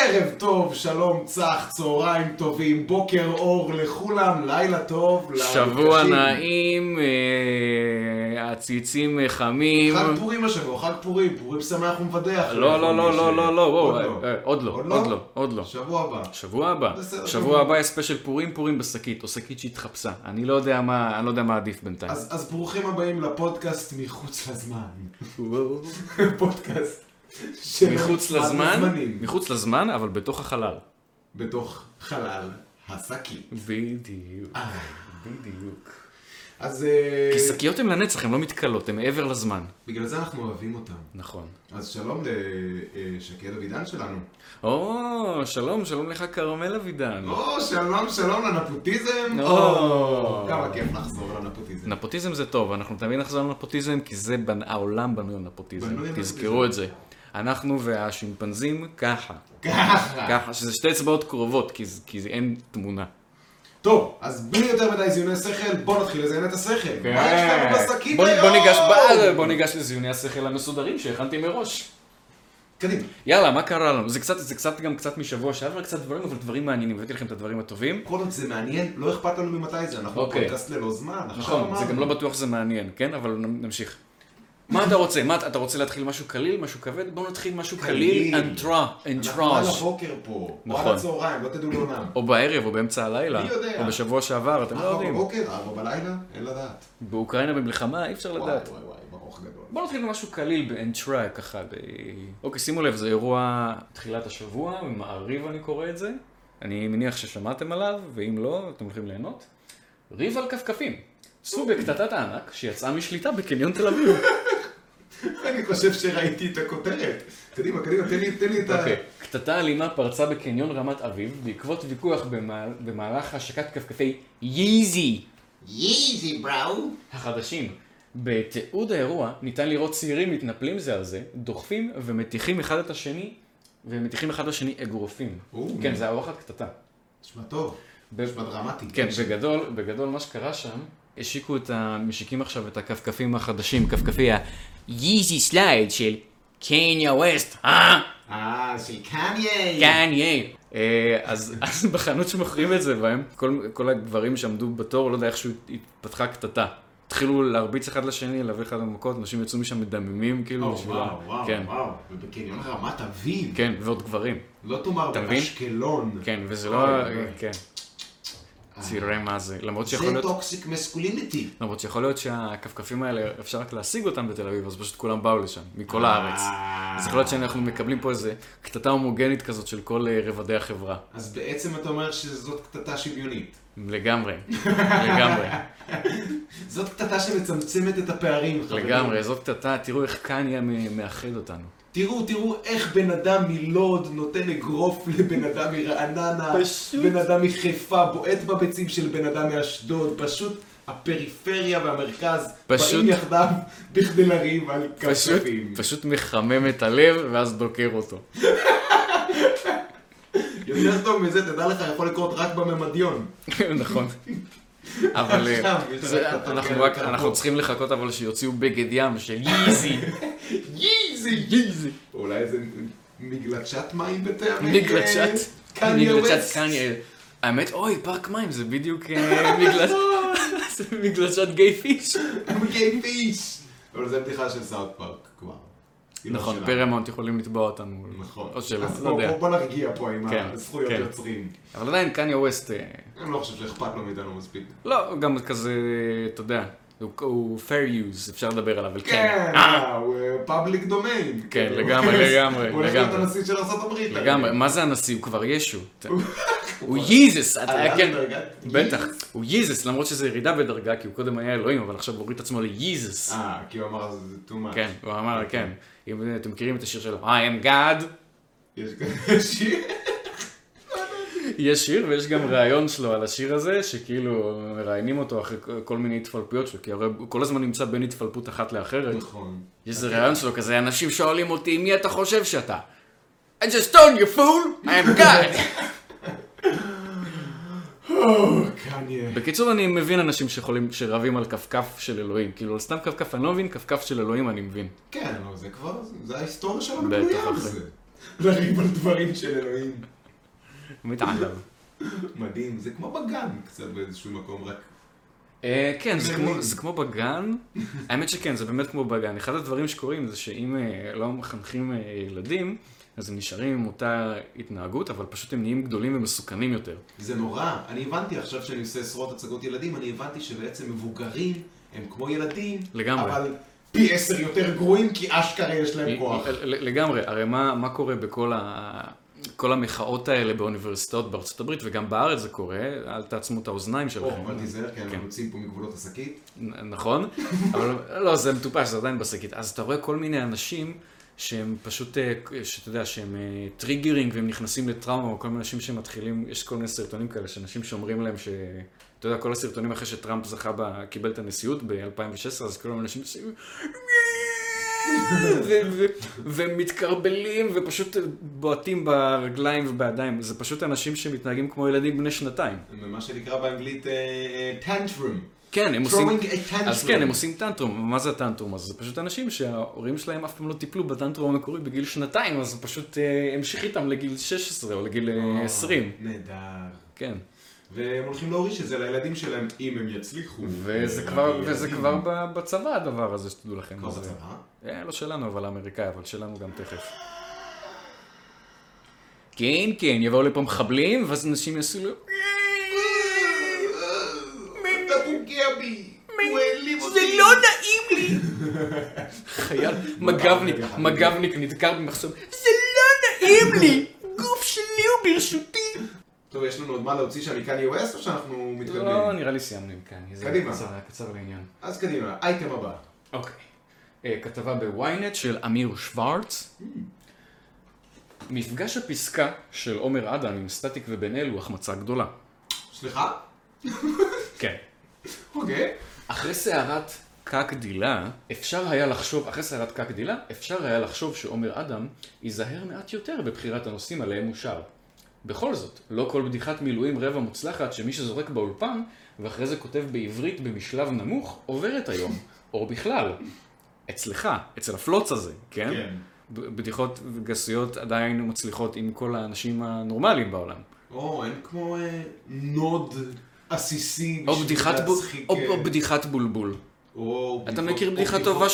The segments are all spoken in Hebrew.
ערב טוב, שלום, צח, צהריים טובים, בוקר אור לכולם, לילה טוב. שבוע נעים, הציצים חמים. חג פורים השבוע, חג פורים, פורים שמח ומבדח. עוד לא. שבוע הבא. שבוע הבא יש ספיישל פורים בשקית, או שקית שהתחפשה. אני לא יודע מה עדיף בינתיים. אז ברוכים הבאים לפודקאסט מחוץ לזמן. פודקאסט. מחוץ לזמן, אבל בתוך החלל. בתוך חלל השקית. בדיוק. אז... כי שקיות הן לנצח, הן לא מתקלות, הן מעבר לזמן. בגלל זה אנחנו אוהבים אותם. נכון. אז שלום לשקד אבידן שלנו. שלום לך כרמל אבידן. שלום לנפוטיזם. כמה כיף לחזור לנפוטיזם. נפוטיזם זה טוב, אנחנו תמיד נחזור לנפוטיזם, כי זה העולם בנוי על נפוטיזם. תזכרו את זה. אנחנו והשימפנזים ככה, שזה שתי אצבעות קרובות, כי אין תמונה. טוב, אז בלי יותר מדי זיוני שכל, בוא נתחיל לזיין את השכל. מה יש לנו בשקית היום? בוא ניגש לזיוני השכל המסודרים שהכנתי מראש. קדימה. יאללה, מה קרה לנו? זה קצת משבוע שעבר, קצת דברים, אבל דברים מעניינים. הבאתי לכם את הדברים הטובים. כל עוד זה מעניין, לא אכפת לנו ממתי זה. אנחנו פודקאסט ללא זמן. נכון, זה גם לא בטוח שזה מעניין, כן? אבל נמשיך. מה אתה רוצה? אתה רוצה להתחיל משהו קליל, משהו כבד? בוא נתחיל משהו קליל, אנטראז'. אנחנו על הבוקר פה, או על הצהריים, לא תדעו לעולם. או בערב, או באמצע הלילה. מי יודע? או בשבוע שעבר, אתם לא יודעים. בבוקר, 4 בלילה, אין לדעת. באוקראינה במלחמה, אי אפשר לדעת. וואי, ברוך גדול. בוא נתחיל במשהו קליל, באנטראז' ככה. אוקיי, שימו לב, זה אירוע תחילת השבוע, במעריב אני קורא את זה. אני מניח ששמעתם עליו, ואם לא, אתם הולכים ליהנות. ריב על כפכפים. סוג בקטטת הענק שיצאה משליטה בקניון תל אביב. אני חושב שראיתי את הכותרת. קדימה, תן לי את ה... קטטה אלימה פרצה בקניון רמת אביב בעקבות ויכוח במהלך השקת כפכפי ייזי בראו החדשים. בתיעוד האירוע ניתן לראות צעירים מתנפלים זה על זה, דוחפים ומתיחים אחד את השני, אגרופים. כן, זה האורחת קטטה. נשמע טוב, נשמע דרמטי. כן, בגדול מה שקרה שם, משיקים עכשיו את הכפכפים החדשים, כפכפי ייזי סלייד של קניה ווסט. של קניה. אז בחנות שמוכרים את זה, והם, כל הגברים שעמדו בתור, לא יודע איכשהו התפתחה קטטה. התחילו להרביץ אחד לשני, להביא אחד למכות, אנשים יצאו משם מדממים, כאילו. וואו. ובקניון רמת אביב. כן, ועוד גברים. לא תאמר באשקלון. כן, וזה לא... כן. תראה מה זה. זה טוקסיק מסקוליניטי. למרות שיכול להיות שהכפכפים האלה, אפשר רק להשיג אותם בתל אביב, אז פשוט כולם באו לשם, מכל הארץ. אז יכול להיות שאנחנו מקבלים פה איזה קטטה הומוגנית כזאת של כל רבדי החברה. אז בעצם אתה אומר שזאת קטטה שוויונית. לגמרי. זאת קטטה שמצמצמת את הפערים. לגמרי, זאת קטטה, תראו איך קניה מאחד אותנו. תראו איך בן אדם מלוד נותן אגרוף לבן אדם מרעננה, בן אדם מחיפה בועט בביצים של בן אדם מאשדוד, פשוט הפריפריה והמרכז באים יחדיו בכדי לריב על כפכפים. פשוט מחמם את הלב ואז דוקר אותו. יותר טוב מזה, תדע לך, יכול לקרות רק בממדיון. נכון. אבל אנחנו צריכים לחכות אבל שיוציאו בגד ים של ייזי. ייזי. אולי איזה מגלצ'ת מים בטעמק. מגלצ'ת קניה. האמת, אוי, פארק מים, זה בדיוק מגלצ'ת גיי פיש. גיי פיש. אבל זה בדיחה של סאוט פארק כבר. נכון, פרמונט יכולים לתבוע אותנו. נכון. או שלא, אז לא יודע. בוא נרגיע פה עם הזכויות יוצרים. אבל עדיין קניה ווסט... אני לא חושב שאכפת לו מאיתנו מספיק. לא, גם כזה, אתה יודע, הוא fair use, אפשר לדבר עליו, אבל כן. הוא public domain. כן, לגמרי. הוא הולך להיות הנשיא של ארצות הברית. לגמרי, מה זה הנשיא? הוא כבר ישו. הוא ייזס, בטח, הוא ייזס, למרות שזה ירידה בדרגה, כי הוא קודם היה אלוהים, אבל עכשיו הוא הוריד את עצמו לייזס. כי הוא אמר זה too much. כן, הוא אמר, כן. אם אתם מכירים את השיר שלו, I am God. יש שיר? יש שיר, ויש גם ראיון שלו על השיר הזה, שכאילו מראיינים אותו אחרי כל מיני התפלפויות שלו, כי הרי הוא כל הזמן נמצא בין התפלפות אחת לאחרת. נכון. יש איזה ראיון שלו כזה, אנשים שואלים אותי, מי אתה חושב שאתה? I just told you fool, I am God. בקיצור, אני מבין אנשים שרבים על כפכף של אלוהים. כאילו, סתם כפכף, אני לא מבין, כפכף של אלוהים אני מבין. כן, זה כבר, זה ההיסטוריה שלנו בנויה על זה. לריב על דברים של אלוהים. מתעלם. מדהים, זה כמו בגן קצת באיזשהו מקום, רק... כן, זה כמו בגן. האמת שכן, זה באמת כמו בגן. אחד הדברים שקורים זה שאם לא מחנכים ילדים, אז הם נשארים עם אותה התנהגות, אבל פשוט הם נהיים גדולים ומסוכנים יותר. זה נורא. אני הבנתי עכשיו שאני עושה עשרות הצגות ילדים, אני הבנתי שבעצם מבוגרים הם כמו ילדים, לגמרי. אבל פי 10 יותר גרועים כי אשכרה יש להם כוח. לגמרי. הרי מה קורה כל המחאות האלה באוניברסיטאות בארצות הברית, וגם בארץ זה קורה, אל תעצמו את האוזניים שלכם. אל תיזהר, כי אנחנו יוצאים פה מגבולות השקית. נכון, אבל לא, זה מטופש, זה עדיין בשקית. אז אתה רואה כל מיני אנשים שהם פשוט, שאתה יודע, שהם טריגרינג והם נכנסים לטראומה, או כל מיני אנשים שמתחילים, יש כל מיני סרטונים כאלה, שאנשים שאומרים להם אתה יודע, כל הסרטונים אחרי שטראמפ קיבל את הנשיאות ב-2016, אז כל מיני אנשים ומתקרבלים ופשוט בועטים ברגליים ובעדיים. זה פשוט אנשים שמתנהגים כמו ילדים בני שנתיים. מה שנקרא באנגלית טנטרום. כן, הם עושים טנטרום. מה זה הטנטרום? אז זה פשוט אנשים שההורים שלהם אף פעם לא טיפלו בטנטרום המקורי בגיל 2, אז פשוט המשיך איתם לגיל 16 או לגיל 20. נהדר. כן. והם הולכים להוריש את זה לילדים שלהם, אם הם יצליחו. וזה כבר בצבא הדבר הזה, שתדעו לכם. כבר בצבא? לא שלנו, אבל האמריקאי, אבל שלנו גם תכף. כן, כן, יבואו לפה מחבלים, ואז אנשים יעשו לו... אתה פוגע בי! זה לא נעים לי! חייל, מג"בניק נדקר במחסום. זה לא נעים לי! גוף שלי הוא ברשותי! טוב, יש לנו עוד מה להוציא שם מקניה ווסט או שאנחנו מתקדמים? לא, נראה לי סיימנו עם קניה. קדימה. זה קצר לעניין. אז קדימה, אייטם הבא. אוקיי. כתבה בוויינט של אמיר שוורץ. מפגש הפסקה של עומר אדם עם סטטיק ובן אל הוא החמצה גדולה. סליחה? כן. אוקיי. אחרי סערת קקדילה, אפשר היה לחשוב שעומר אדם ייזהר מעט יותר בבחירת הנושאים עליהם הוא שר. בכל זאת, לא כל בדיחת מילואים רבע מוצלחת שמי שזורק באולפן ואחרי זה כותב בעברית במשלב נמוך עוברת היום, או בכלל. אצלך, אצל הפלוץ הזה, כן? כן. בדיחות וגסויות עדיין מצליחות עם כל האנשים הנורמליים בעולם. אין כמו נוד עסיסי. או בדיחת בולבול. אתה מכיר בדיחה טובה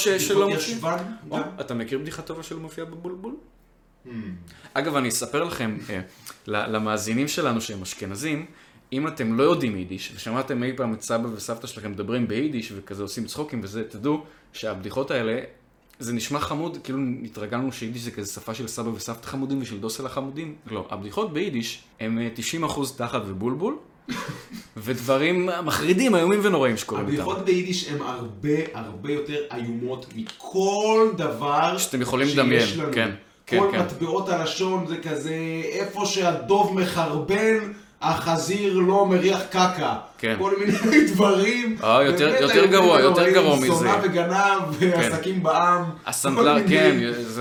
שלא מופיעה בבולבול? אגב, אני אספר לכם, למאזינים שלנו שהם אשכנזים, אם אתם לא יודעים יידיש, ושמעתם אי פעם את סבא וסבתא שלכם מדברים ביידיש וכזה עושים צחוקים וזה, תדעו שהבדיחות האלה, זה נשמע חמוד, כאילו התרגלנו שיידיש זה כזה שפה של סבא וסבתא חמודים ושל דוסל החמודים. לא, הבדיחות ביידיש הם 90% תחת ובולבול, ודברים מחרידים, איומים ונוראים שקוראים איתם. הבדיחות ביידיש הם הרבה יותר איומות מכל דבר שאתם יכולים לדמיין, כן. כל מטבעות הלשון זה כזה, איפה שהדוב מחרבן, החזיר לא מריח קקה. כל מיני דברים. יותר גרוע מזה. זונה וגנב, ועסקים בעם. הסנדלר, כן,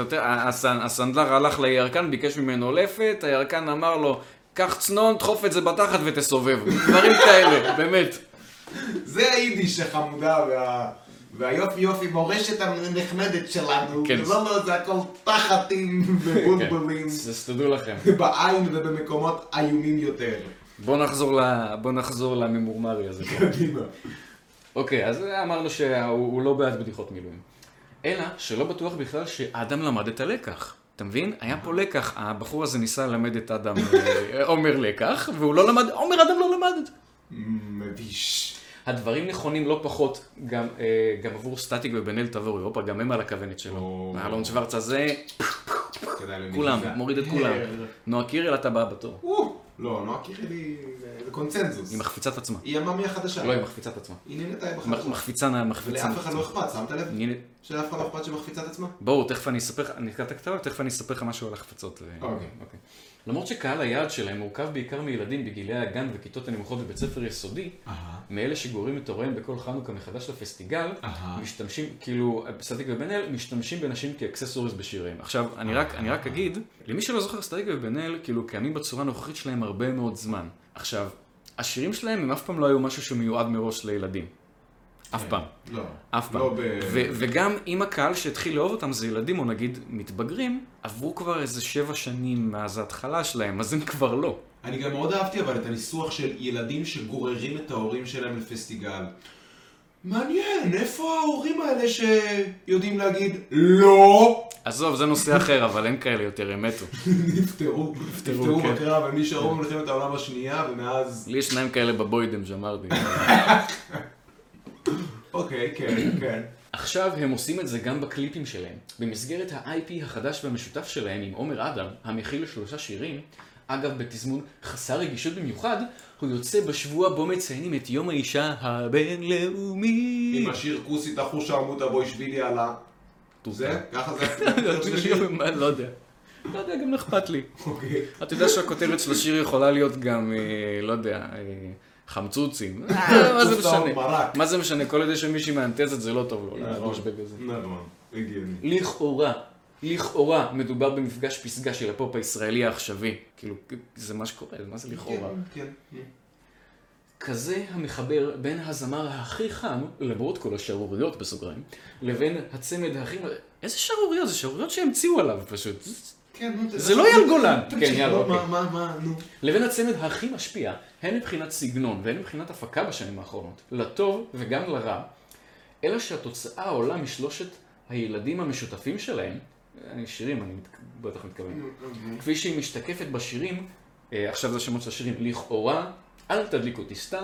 הסנדלר הלך לירקן, ביקש ממנו לפת, הירקן אמר לו, קח צנון, דחוף את זה בתחת ותסובב. דברים כאלה, באמת. זה היידיש החמודה והיופי מורשת הנחמדת שלנו, לא, זה הכל תחתים ובולבולים. אז תדעו לכם. בעין ובמקומות איומים יותר. בוא נחזור לממורמרי הזה. קדימה. אוקיי, אז אמרנו שהוא לא בעד בדיחות מילואים. אלא שלא בטוח בכלל שאדם למד את הלקח. אתה מבין? היה פה לקח, הבחור הזה ניסה ללמד את אדם עומר לקח, והוא לא למד, עומר אדם לא למד. מביש. הדברים נכונים לא פחות גם עבור סטטיק ובן אל תעבור אירופה, גם הם על הכוונת שלו. אלון שוורץ הזה, כולם, מוריד את כולם. נועה קירל אתה בא בתור. לא, נועה קירל היא קונצנזוס. היא מחפיצת עצמה. היא הממי החדשה. לא, היא מחפיצת עצמה. היא נהנתה בחדשה. מחפיצה. לאף אחד לא אכפת, שמת לב? שלאף אחד לא אכפת שמחפיצת עצמה? בואו, תכף אני אספר, אני אקרא את הכתבה, תכף אני אספר לך משהו על החפצות. אוקיי. למרות שקהל היעד שלהם מורכב בעיקר מילדים בגילי הגן וכיתות הנמוכות בבית ספר יסודי, מאלה שגוררים את הוריהם בכל חנוכה מחדש לפסטיגל, משתמשים, כאילו, סטטיק ובן אל, משתמשים בנשים כאקססוריז בשיריהם. עכשיו, אני רק אגיד, למי שלא זוכר, סטטיק ובן אל, כאילו, קיימים בצורה הנוכחית שלהם הרבה מאוד זמן. עכשיו, השירים שלהם הם אף פעם לא היו משהו שמיועד מראש לילדים. אף פעם. לא. אף פעם. וגם אם הקהל שהתחיל לאהוב אותם זה ילדים, או נגיד מתבגרים, עברו כבר איזה 7 שנים מאז ההתחלה שלהם, אז הם כבר לא. אני גם מאוד אהבתי אבל את הניסוח של ילדים שגוררים את ההורים שלהם לפסטיגל. מעניין, איפה ההורים האלה שיודעים להגיד לא? עזוב, זה נושא אחר, אבל אין כאלה יותר, הם מתו. נפטרו בקרב, הם נשארו במלחמת העולם השנייה, ומאז... לי יש 2 כאלה בבוידם, שאמרתי. אוקיי, כן, כן. עכשיו הם עושים את זה גם בקליפים שלהם. במסגרת ה-IP החדש והמשותף שלהם עם עומר אדם, המכיל 3 שירים, אגב בתזמון חסר רגישות במיוחד, הוא יוצא בשבוע בו מציינים את יום האישה הבינלאומי. עם השיר כוסי תחוש עמוד הבוי שבילי על ה... זה? ככה זה? לא יודע. לא יודע, גם אכפת לי. אוקיי. אתה יודע שהכותרת של השיר יכולה להיות גם, לא יודע, חמצוצים. מה זה משנה? כל ידי שמישהי מאנטזת זה לא טוב לו. נכון, הגיוני. לכאורה מדובר במפגש פסגה של הפופ הישראלי העכשווי. כאילו, זה מה שקורה, מה זה לכאורה? כן. כזה המחבר בין הזמר הכי חם, למרות כל השערוריות בסוגריים, לבין הצמד הכי... איזה שערוריות? זה שערוריות שהמציאו עליו פשוט. זה לא אייל גולן. כן, יאללה, אוקיי. נו. לבין הצמד הכי משפיע, הן מבחינת סגנון והן מבחינת הפקה בשנים האחרונות, לטוב וגם לרע, אלא שהתוצאה עולה משלושת הילדים המשותפים שלהם, שירים, אני בטח מתכוון, כפי שהיא משתקפת בשירים, עכשיו זה השמות של השירים, לכאורה, אל תדליק אותי סתם,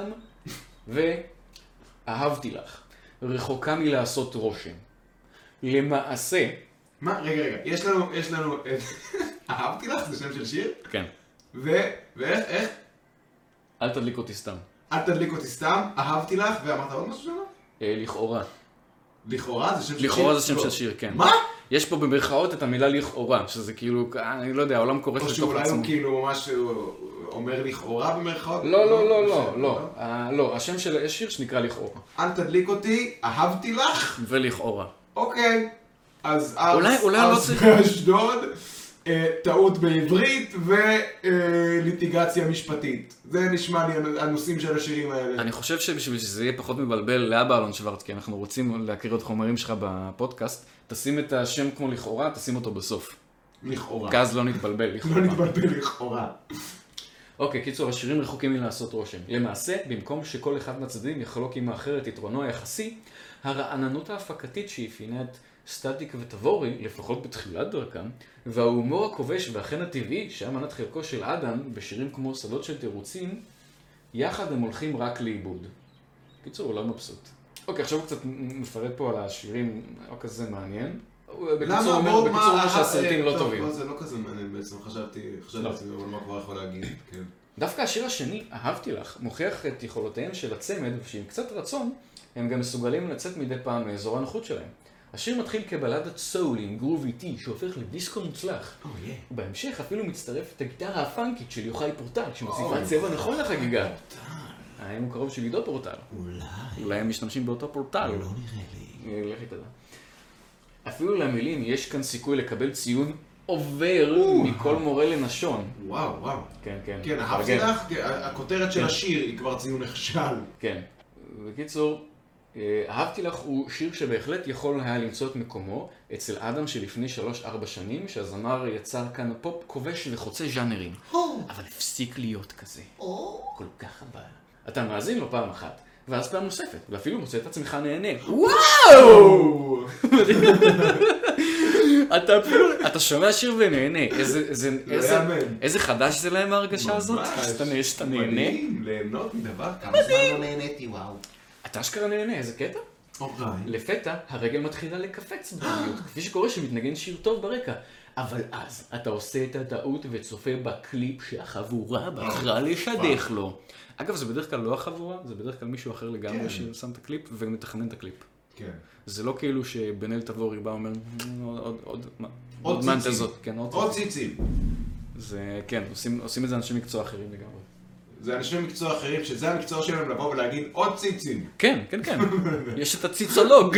ואהבתי לך, רחוקה מלעשות רושם. למעשה... מה? רגע, יש לנו... אהבתי לך? זה שם של שיר? כן. ואיך? אל תדליק אותי סתם. אל תדליק אותי סתם, אהבתי לך, ואמרת עוד משהו שם? לכאורה. לכאורה זה שם של שיר? לכאורה זה שם של שיר, כן. מה? יש פה במרכאות את המילה לכאורה, שזה כאילו, אני לא יודע, העולם קורא לתוך עצמו. או שאולי הוא כאילו ממש אומר לכאורה במרכאות? לא, השם של שיר שנקרא לכאורה. אל תדליק אותי, אהבתי לך. ולכאורה. אוקיי. אז ארס באשדוד, טעות בעברית וליטיגציה משפטית. זה נשמע לי הנושאים של השירים האלה. אני חושב שבשביל שזה יהיה פחות מבלבל לאבא אלון שוורץ, כי אנחנו רוצים להכיר את חומרים שלך בפודקאסט, תשים את השם כמו לכאורה, תשים אותו בסוף. לכאורה. כי אז לא נתבלבל, לכאורה. לא נתבלבל לכאורה. אוקיי, קיצור, השירים רחוקים מלעשות רושם. למעשה, במקום שכל אחד מהצדדים יחלוק עם האחר את יתרונו היחסי, הרעננות ההפקתית שאפיינה את סטטיק וטבורי, לפחות בתחילת דרכם, וההומור הכובש והחן הטבעי, שהיה מנת חלקו של אדם, בשירים כמו שדות של תירוצים, יחד הם הולכים רק לאיבוד. קיצור, לא מבסוט. אוקיי, עכשיו הוא קצת מפרט פה על השירים, לא כזה מעניין. בקיצור, אומר שהסרטים לא טובים. זה לא כזה מעניין בעצם, חשבתי אבל מה כבר יכול להגיד, כן. דווקא השיר השני, אהבתי לך, מוכיח את יכולותיהם של הצמד, ושעם קצת רצון, הם גם מסוגלים לצאת מדי פעם מאזור הנוחות שלהם. השיר מתחיל כבלדת סול עם גרוב איטי שהופך לדיסקו מוצלח. ובהמשך אפילו מצטרפת הגיטרה הפאנקית של יוחאי פורטל, שמוסיפה צבע נכון לחגיגה. האם הוא קרוב של עידו פורטל? אולי הם משתמשים באותו פורטל. לא נראה לי. לך תדע. אפילו למילים יש כאן סיכוי לקבל ציון עובר מכל מורה לנשון. וואו. כן. כן, אהבתי לך, הכותרת של השיר היא כבר ציון נכשל. כן. בקיצור, אהבתי לך הוא שיר שבהחלט יכול היה למצוא את מקומו אצל אדם שלפני 3-4 שנים, שהזמר יצר כאן פופ כובש וחוצה ז'אנרים. אבל הפסיק להיות כזה. כל כך הבא. אתה מאזין לו פעם אחת, ואז פעם נוספת, ואפילו מוצא את עצמך נהנה. וואו! אתה שומע שיר ונהנה. איזה חדש זה להם ההרגשה הזאת? שאתה נהנה? מדהים, ליהנות מדבר. כמה זמן לא נהניתי, וואו. אתה אשכרה נהנה, איזה קטע? לפתע הרגל מתחילה לקפץ בדיוק, כפי שקורה שמתנגן שיר טוב ברקע. אבל אז אתה עושה את הטעות וצופה בקליפ שהחבורה בחרה לשדך לו. אגב, זה בדרך כלל לא החבורה, זה בדרך כלל מישהו אחר לגמרי ששם את הקליפ ומתכנן את הקליפ. כן. זה לא כאילו שבן-אל תבורי בא ואומר, עוד מנטזות. עוד ציצים. זה, כן, עושים את זה אנשי מקצוע אחרים לגמרי. זה אנשי מקצוע אחרים, שזה המקצוע שלהם לבוא ולהגיד עוד ציצים. כן. יש את הציצולוג.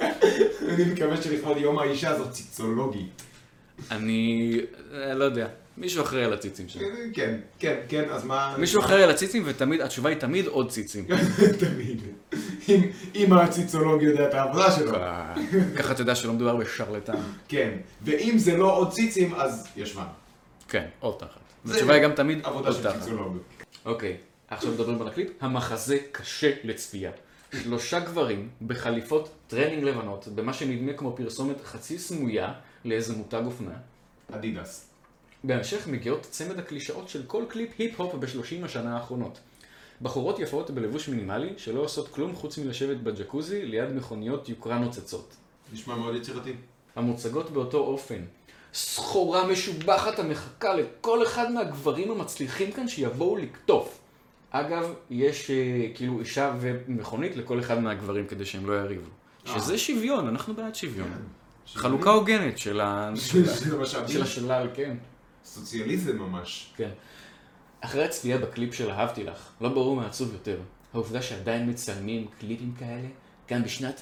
אני מקווה שלכבוד יום האישה זאת ציצולוגית. אני לא יודע. מישהו אחראי על הציצים שם. כן, אז מה... מישהו אחראי על הציצים, ותמיד, התשובה היא תמיד עוד ציצים. תמיד. אם הציצולוג יודע את העבודה שלו. ככה אתה יודע שלא מדובר בשרלטן. כן, ואם זה לא עוד ציצים, אז ישבן. כן, עוד תחת. התשובה היא גם תמיד עבודה של ציצולוג. אוקיי, עכשיו מדברים על הקליפ. המחזה קשה לצפייה. 3 גברים בחליפות טרנינג לבנות, במה שנדמה כמו פרסומת חצי סמויה לאיזה מותג אופנה. אדידס. בהמשך מגיעות צמד הקלישאות של כל קליפ היפ-הופ ב-30 השנה האחרונות. בחורות יפות בלבוש מינימלי שלא עושות כלום חוץ מלשבת בג'קוזי ליד מכוניות יוקרה נוצצות. נשמע מאוד יצירתי. המוצגות באותו אופן. סחורה משובחת המחכה לכל אחד מהגברים המצליחים כאן שיבואו לקטוף. אגב, יש כאילו אישה ומכונית לכל אחד מהגברים כדי שהם לא יריבו. שזה שוויון, אנחנו בעד שוויון. חלוקה הוגנת של השלל, כן. סוציאליזם ממש. כן. אחרי הצפייה בקליפ של אהבתי לך, לא ברור מעצוב יותר. העובדה שעדיין מצלמים קליפים כאלה, גם בשנת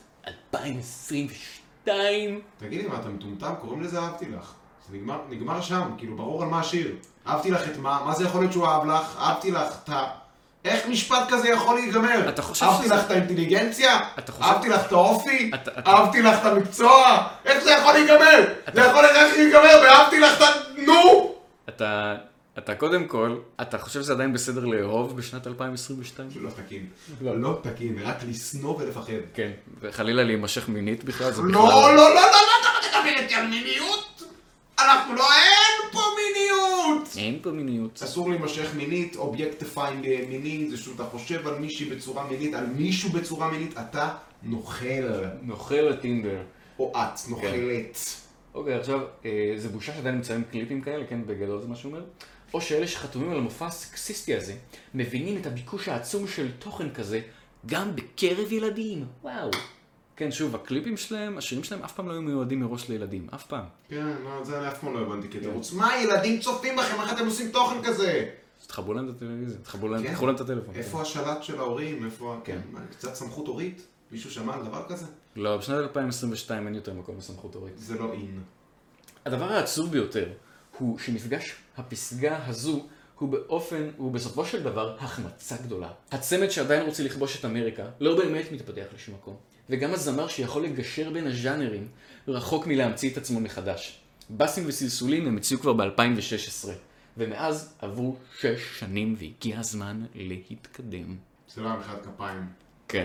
2022. תגידי מה, אתה מטומטם? קוראים לזה אהבתי לך. זה נגמר שם, כאילו ברור על מה השיר. אהבתי לך את מה? מה זה יכול להיות שהוא אהב לך? אהבתי לך את ה... איך משפט כזה יכול להיגמר? אהבתי לך את האינטליגנציה? אהבתי לך את האופי? אהבתי לך את המקצוע? איך זה יכול להיגמר? זה יכול להיגמר ואהבתי לך את ה... נו! אתה קודם כל, אתה חושב שזה עדיין בסדר לאהוב בשנת 2022? לא תקין. לא תקין, רק לשנוא ולפחד. כן, וחלילה להימשך מינית בכלל זה בכלל... לא, לא, לא, אתה מדבר איתי על מיניות? אנחנו לא, אין פה מיניות! אין פה מיניות. אסור להימשך מינית, אובייקטיפיינג מיני, זה שאתה חושב על מישהי בצורה מינית, על מישהו בצורה מינית, אתה נוכל. נוכל הטינדר. או את, נוכלת. אוקיי, עכשיו, זה בושה שעדיין נמצאים קליפים כאלה, כן, בגדול זה מה שהוא אומר. או שאלה שחתומים על המופע הסקסיסטי הזה, מבינים את הביקוש העצום של תוכן כזה, גם בקרב ילדים. וואו. כן, שוב, הקליפים שלהם, השירים שלהם אף פעם לא היו מיועדים מראש לילדים, אף פעם. כן, לא, זה אני אף פעם לא הבנתי כתירוץ. מה, ילדים צופים בכם? איך אתם עושים תוכן כזה? אז תחברו להם את הטלוויזיה, תחברו להם את הטלפון. איפה השלט של ההורים? איפה... כן, קצת סמכות הורית? מישהו שמע על דבר כזה? לא, בשנת 2022 אין יותר מקום לסמכות הורית. זה לא אין. הדבר העצוב ביותר הוא שמפגש הפסגה הזו הוא בסופו של דבר החמצה גדולה. הצמד שעדיין רוצה לכבוש את אמריקה לא באמת מתפתח לשום מקום. וגם הזמר שיכול לגשר בין הז'אנרים רחוק מלהמציא את עצמו מחדש. בסים וסלסולים הם הציעו כבר ב-2016, ומאז עברו 6 שנים והגיע הזמן להתקדם. זה לא היה מחיית כפיים. כן.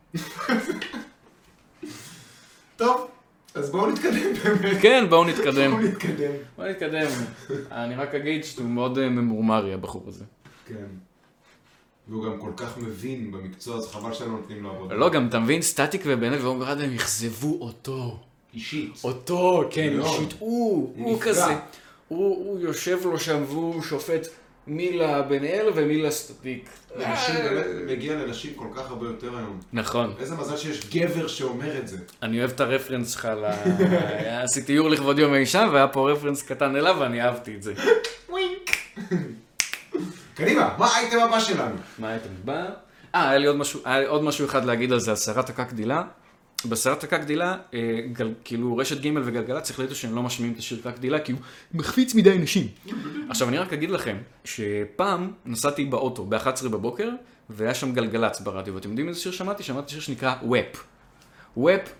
טוב, אז בואו נתקדם באמת. כן, בואו נתקדם. בואו נתקדם. אני רק אגיד שהוא מאוד ממורמרי, הבחור הזה. כן. והוא גם כל כך מבין במקצוע, אז חבל שלא נותנים לו עבודה. לא, גם אתה מבין, סטטיק ובנט ואומרד הם יחזבו אותו. אישית. אותו, כן, אישית. הוא כזה. הוא יושב לו שם והוא שופט מילה בן-אל ומילה סטטיק. אנשים באמת מגיע לנשים כל כך הרבה יותר היום. נכון. איזה מזל שיש גבר שאומר את זה. אני אוהב את הרפרנס שלך עשיתי יור לכבוד יום האישה והיה פה רפרנס קטן אליו ואני אהבתי את זה. ווינק. קדימה, מה האייטם הבא שלנו? מה האייטם הבא? היה לי עוד משהו אחד להגיד על זה, על סערת הקקדילה. בסערת הקקדילה, כאילו רשת ג' וגלגלצ החליטו שהם לא משמיעים את השיר קקדילה, כי הוא מחפיץ מדי נשים. עכשיו אני רק אגיד לכם, שפעם נסעתי באוטו ב-11 בבוקר, והיה שם גלגלצ ברדיו, ואתם יודעים איזה שיר שמעתי? שמעתי שיר שנקרא WAP. WAP,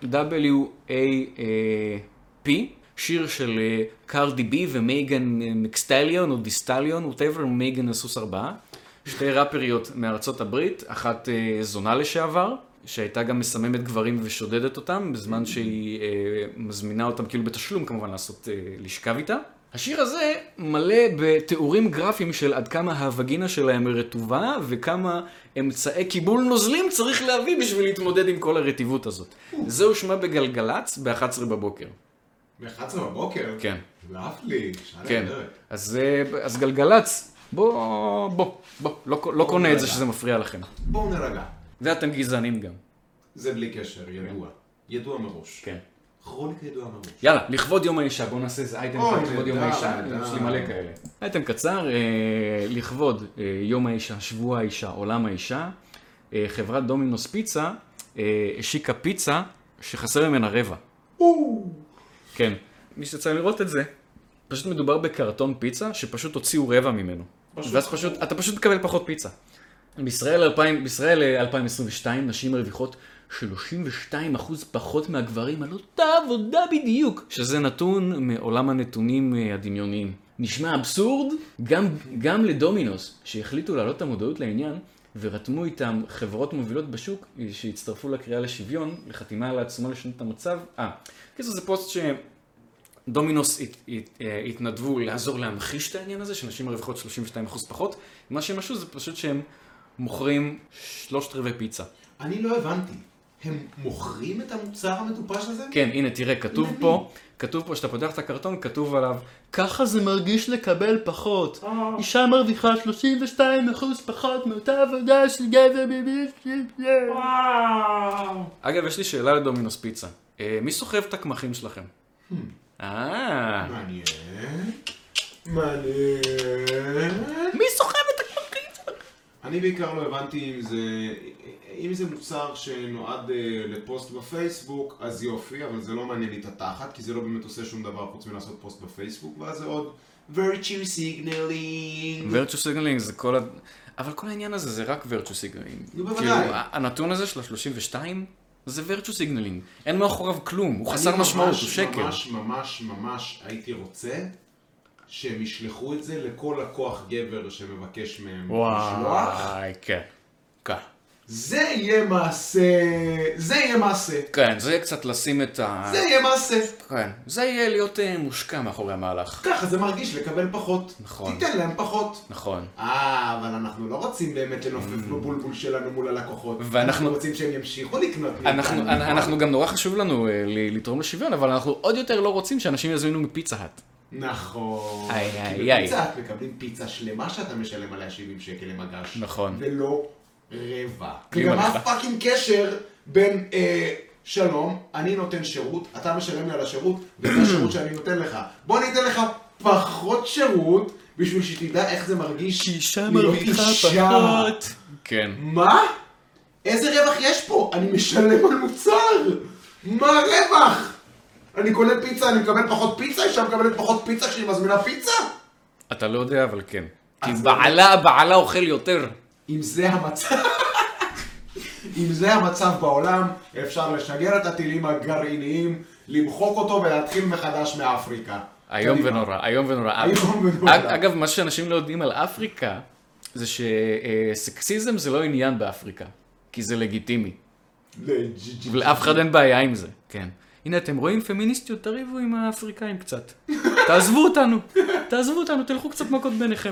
W-A-P, שיר של קארדי בי ומייגן מקסטליון או דיסטליון, whatever, מייגן הסוס 4. 2 ראפריות מארצות הברית, אחת זונה לשעבר, שהייתה גם מסממת גברים ושודדת אותם, בזמן שהיא מזמינה אותם כאילו בתשלום כמובן לעשות לשכב איתה. השיר הזה מלא בתיאורים גרפיים של עד כמה הווגינה שלהם רטובה, וכמה אמצעי קיבול נוזלים צריך להביא בשביל להתמודד עם כל הרטיבות הזאת. זהו שמה בגלגלצ ב-11 בבוקר. ב-11 בבוקר? כן. לאפלי, כן. אז גלגלצ, בוא, לא קונה את זה שזה מפריע לכם. בואו נרגע. ואתם גזענים גם. זה בלי קשר, ידוע. ידוע מראש. כן. כרוניקה ידועה מראש. יאללה, לכבוד יום האישה, בואו נעשה איזה אייטם לכבוד יום האישה. יש לי מלא כאלה. אייטם קצר, לכבוד יום האישה, שבוע האישה, עולם האישה. חברת דומינוס פיצה השיקה פיצה שחסר ממנה רבע. כן. מי שצריך לראות את זה, פשוט מדובר בקרטון פיצה שפשוט הוציאו רבע ממנו. ואז פשוט, אתה פשוט תקבל פחות פיצה. בישראל 2022 נשים מרוויחות 32% פחות מהגברים על אותה עבודה בדיוק. שזה נתון מעולם הנתונים הדמיוניים. נשמע אבסורד? גם לדומינוס, שהחליטו להעלות את המודעות לעניין, ורתמו איתם חברות מובילות בשוק, שהצטרפו לקריאה לשוויון, לחתימה על העצומה לשנות את המצב. כזה זה פוסט שדומינוס התנדבו לעזור להמחיש את העניין הזה, שנשים מרוויחות 32% פחות. מה שהם עשו זה פשוט שהם מוכרים 3/4 פיצה. אני לא הבנתי. הם מוכרים את המוצר המטופש הזה? כן, הנה, תראה, כתוב פה שאתה פותח את הקרטון, כתוב עליו, ככה זה מרגיש לקבל פחות. אישה מרוויחה 32% פחות מאותה עבודה של גבר בביס. אגב, יש לי שאלה לדומינוס פיצה. מי סוחב את הקמחים שלכם? מעניין. מי סוחב את הקמחים שלכם? אני בעיקר לא הבנתי אם זה מוצר שנועד לפוסט בפייסבוק, אז יופי, אבל זה לא מעניין לי את התחת, כי זה לא באמת עושה שום דבר חוץ מלעשות פוסט בפייסבוק, ואז זה עוד virtue signaling. virtue signaling זה אבל כל העניין הזה זה רק virtue signaling. נו, בוודאי. הנתון הזה של ה-32 זה virtue signaling. אין מאחוריו כלום, הוא חסר משמעות, הוא שקר. ממש הייתי רוצה שהם ישלחו את זה לכל לקוח גבר שמבקש מהם לשלוח. וואי, כן. זה יהיה מעשה. כן, זה יהיה קצת לשים את זה יהיה מעשה. כן, זה יהיה להיות מושקע מאחורי המהלך. ככה זה מרגיש לקבל פחות. נכון. תיתן להם פחות. נכון. אבל אנחנו לא רוצים באמת לנופף בבולבול שלנו מול הלקוחות. ואנחנו רוצים שהם ימשיכו לקנות. אנחנו גם נורא חשוב לנו לתרום לשוויון, אבל אנחנו עוד יותר לא רוצים שאנשים יזמינו מפיצה האט. נכון. כי בפיצה האט מקבלים פיצה שלמה שאתה משלם עליה 70 שקל למגש. נכון. ולא רבע. וגם מה פאקינג קשר בין שלום, אני נותן שירות, אתה משלם לי על השירות, וזה השירות שאני נותן לך. בוא ניתן לך פחות שירות, בשביל שתדע איך זה מרגיש כי אישה מרוויחה פחות. כן. מה? איזה רווח יש פה? אני משלם על מוצר. מה הרווח? אני קונה פיצה, אני מקבל פחות פיצה, אישה מקבלת פחות פיצה כשהיא מזמינה פיצה? אתה לא יודע, אבל כן. כי בעלה אוכל יותר. אם זה המצב בעולם, אפשר לשגר את הטילים הגרעיניים, למחוק אותו ולהתחיל מחדש מאפריקה. היום ונורא. אגב, מה שאנשים לא יודעים על אפריקה, זה שסקסיזם זה לא עניין באפריקה, כי זה לגיטימי. ולאף אחד אין בעיה עם זה, כן. הנה, אתם רואים פמיניסטיות, תריבו עם האפריקאים קצת. תעזבו אותנו, תלכו קצת מכות ביניכם.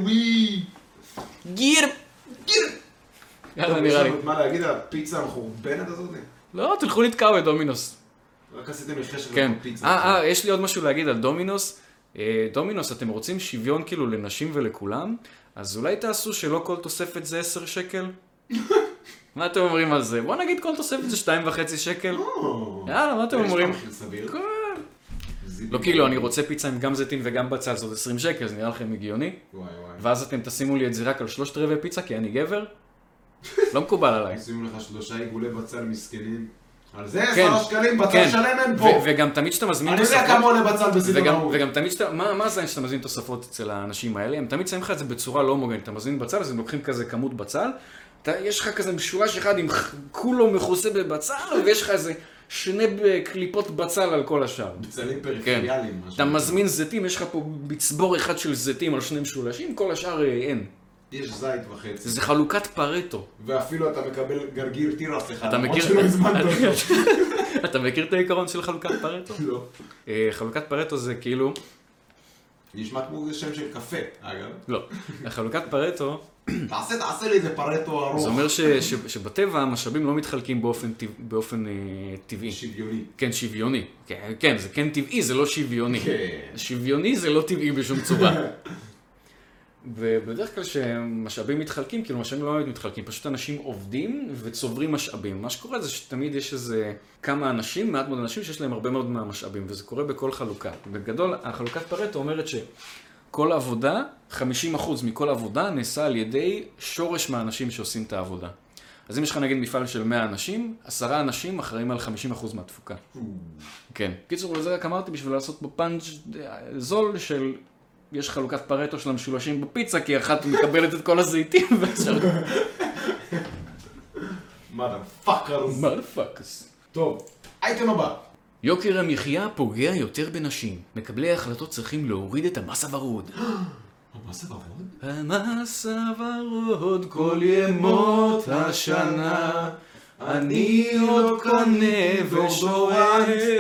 גיר. יאללה, נראה לי. מה להגיד על הפיצה המחורבנת הזאת? לא, תלכו לתקעו את דומינוס. רק עשיתם לחשב כן. פיצה. יש לי עוד משהו להגיד על דומינוס. דומינוס, אתם רוצים שוויון כאילו לנשים ולכולם, אז אולי תעשו שלא כל תוספת זה 10 שקל? מה אתם אומרים על זה? בוא נגיד כל תוספת זה 2.5 שקל. יאללה, מה אתם אומרים? יש לך מחיר סביר? לא כאילו, אני רוצה פיצה עם גם זיתים וגם בצל, זאת 20 שקל, זה נראה לכם הגיוני? ואז אתם תשימו לי את זה רק על 3/4 פיצה, כי אני גבר? לא מקובל עליי. תשימו לך 3 עיגולי בצל מסכנים. על זה 10 שקלים, בצל שלם אין פה. וגם תמיד שאתה מזמין תוספות... אני יודע כמה עולה בצל בסיטונאות. וגם תמיד שאתה... מה זה שאתה מזמין תוספות אצל האנשים האלה? הם תמיד שמים לך את זה בצורה לא הומוגנית. אתה מזמין בצל, אז הם לוקחים כזה כמות בצל. יש לך כזה משולש אחד עם כולו מכוסה בבצל, ויש לך איזה 2 קליפות בצל על כל השאר. בצלים פריפריאליים. אתה מזמין זיתים, יש לך פה בצבור אחד של זיתים על 2 משולשים, כל השאר אין. יש זית וחצי. זה חלוקת פרטו. ואפילו אתה מקבל גרגיר תירס אחד, למרות שלא הזמנת אותו. אתה מכיר את העיקרון של חלוקת פרטו? לא. חלוקת פרטו זה כאילו... נשמע כמו שם של קפה, אגב. לא. חלוקת פרטו... תעשה לי איזה פרטו ארוך. זה אומר שבטבע המשאבים לא מתחלקים באופן טבעי. שוויוני. כן, שוויוני. כן, זה כן טבעי, זה לא שוויוני. שוויוני זה לא טבעי בשום צורה. ובדרך כלל שמשאבים מתחלקים, כאילו משאבים לא מתחלקים, פשוט אנשים עובדים וצוברים משאבים. מה שקורה זה שתמיד יש איזה כמה אנשים, מעט מאוד אנשים שיש להם הרבה מאוד מהמשאבים, וזה קורה בכל חלוקה. בגדול, החלוקת פרטו אומרת שכל עבודה, 50% מכל עבודה נעשה על ידי שורש מהאנשים שעושים את העבודה. אז אם יש לך נגיד מפעל של 100 אנשים, 10 אנשים אחראים על 50% מהתפוקה. כן. קיצור, לזה רק אמרתי בשביל לעשות בו פאנץ' זול של יש חלוקת פרטו של המשולשים בפיצה, כי אחת מקבלת את כל הזיתים ואפשר... motherfuckers. טוב, אייטם הבא. יוקר המחיה פוגע יותר בנשים. מקבלי ההחלטות צריכים להוריד את המס הוורוד. המס הוורוד? המס הוורוד כל ימות השנה, אני עוד קונה ושואל.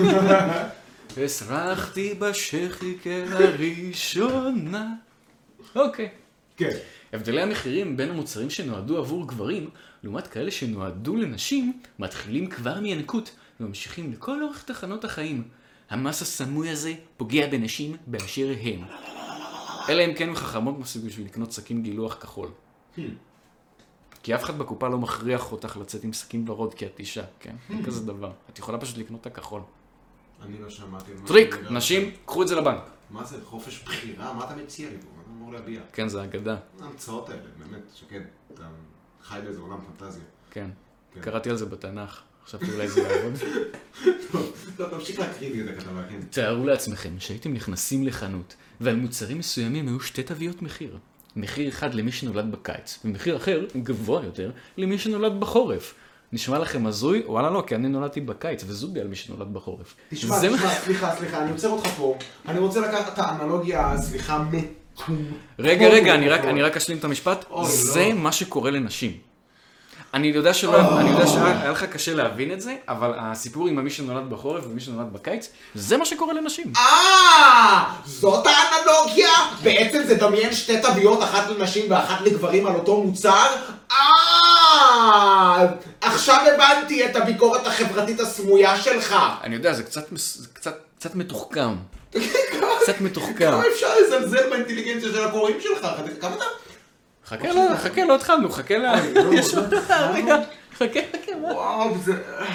הסרחתי בשחי כהראשונה. אוקיי. כן. הבדלי המחירים בין המוצרים שנועדו עבור גברים, לעומת כאלה שנועדו לנשים, מתחילים כבר מינקות וממשיכים לכל אורך תחנות החיים. המס הסמוי הזה פוגע בנשים באשר הם. אלא אם כן חכמות מספיק בשביל לקנות סכין גילוח כחול. כי אף אחד בקופה לא מכריח אותך לצאת עם סכין ורוד כי את אישה, כן? אין כזה דבר. את יכולה פשוט לקנות את הכחול. אני לא שמעתי. טריק, נשים, קחו את זה לבנק. מה זה? חופש בחירה? מה אתה מציע לי פה? אני אמור להביע. כן, זה אגדה. ההמצאות האלה, באמת, שקד, אתה חי באיזה עולם פנטזיה. כן. קראתי על זה בתנ"ך. חשבתי אולי זה יעבוד. טוב, תמשיך להקריא לי את הכתבה, כן. תארו לעצמכם שהייתם נכנסים לחנות, ועל מוצרים מסוימים היו שתי תוויות מחיר. מחיר אחד למי שנולד בקיץ, ומחיר אחר, גבוה יותר, למי שנולד בחורף. נשמע לכם הזוי? וואלה לא, כי אני נולדתי בקיץ, וזובי על מי שנולד בחורף. תשמע, סליחה, אני עוצר אותך פה. אני רוצה לקחת את האנלוגיה, סליחה, רגע, אני רק אשלים את המשפט. זה מה שקורה לנשים. אני יודע שהיה לך קשה להבין את זה, אבל הסיפור עם מי שנולד בחורף ומי שנולד בקיץ, זה מה שקורה לנשים. זאת האנלוגיה? בעצם זה דמיין שתי תוויות, אחת לנשים ואחת לגברים על אותו מוצר? עכשיו הבנתי את הביקורת החברתית הסמויה שלך. אני יודע, זה קצת מתוחכם. קצת מתוחכם. כמה אפשר לזלזל באינטליגנציה של הקוראים שלך? כמה אתה... חכה, לא התחלנו, חכה חכה. וואו, זה...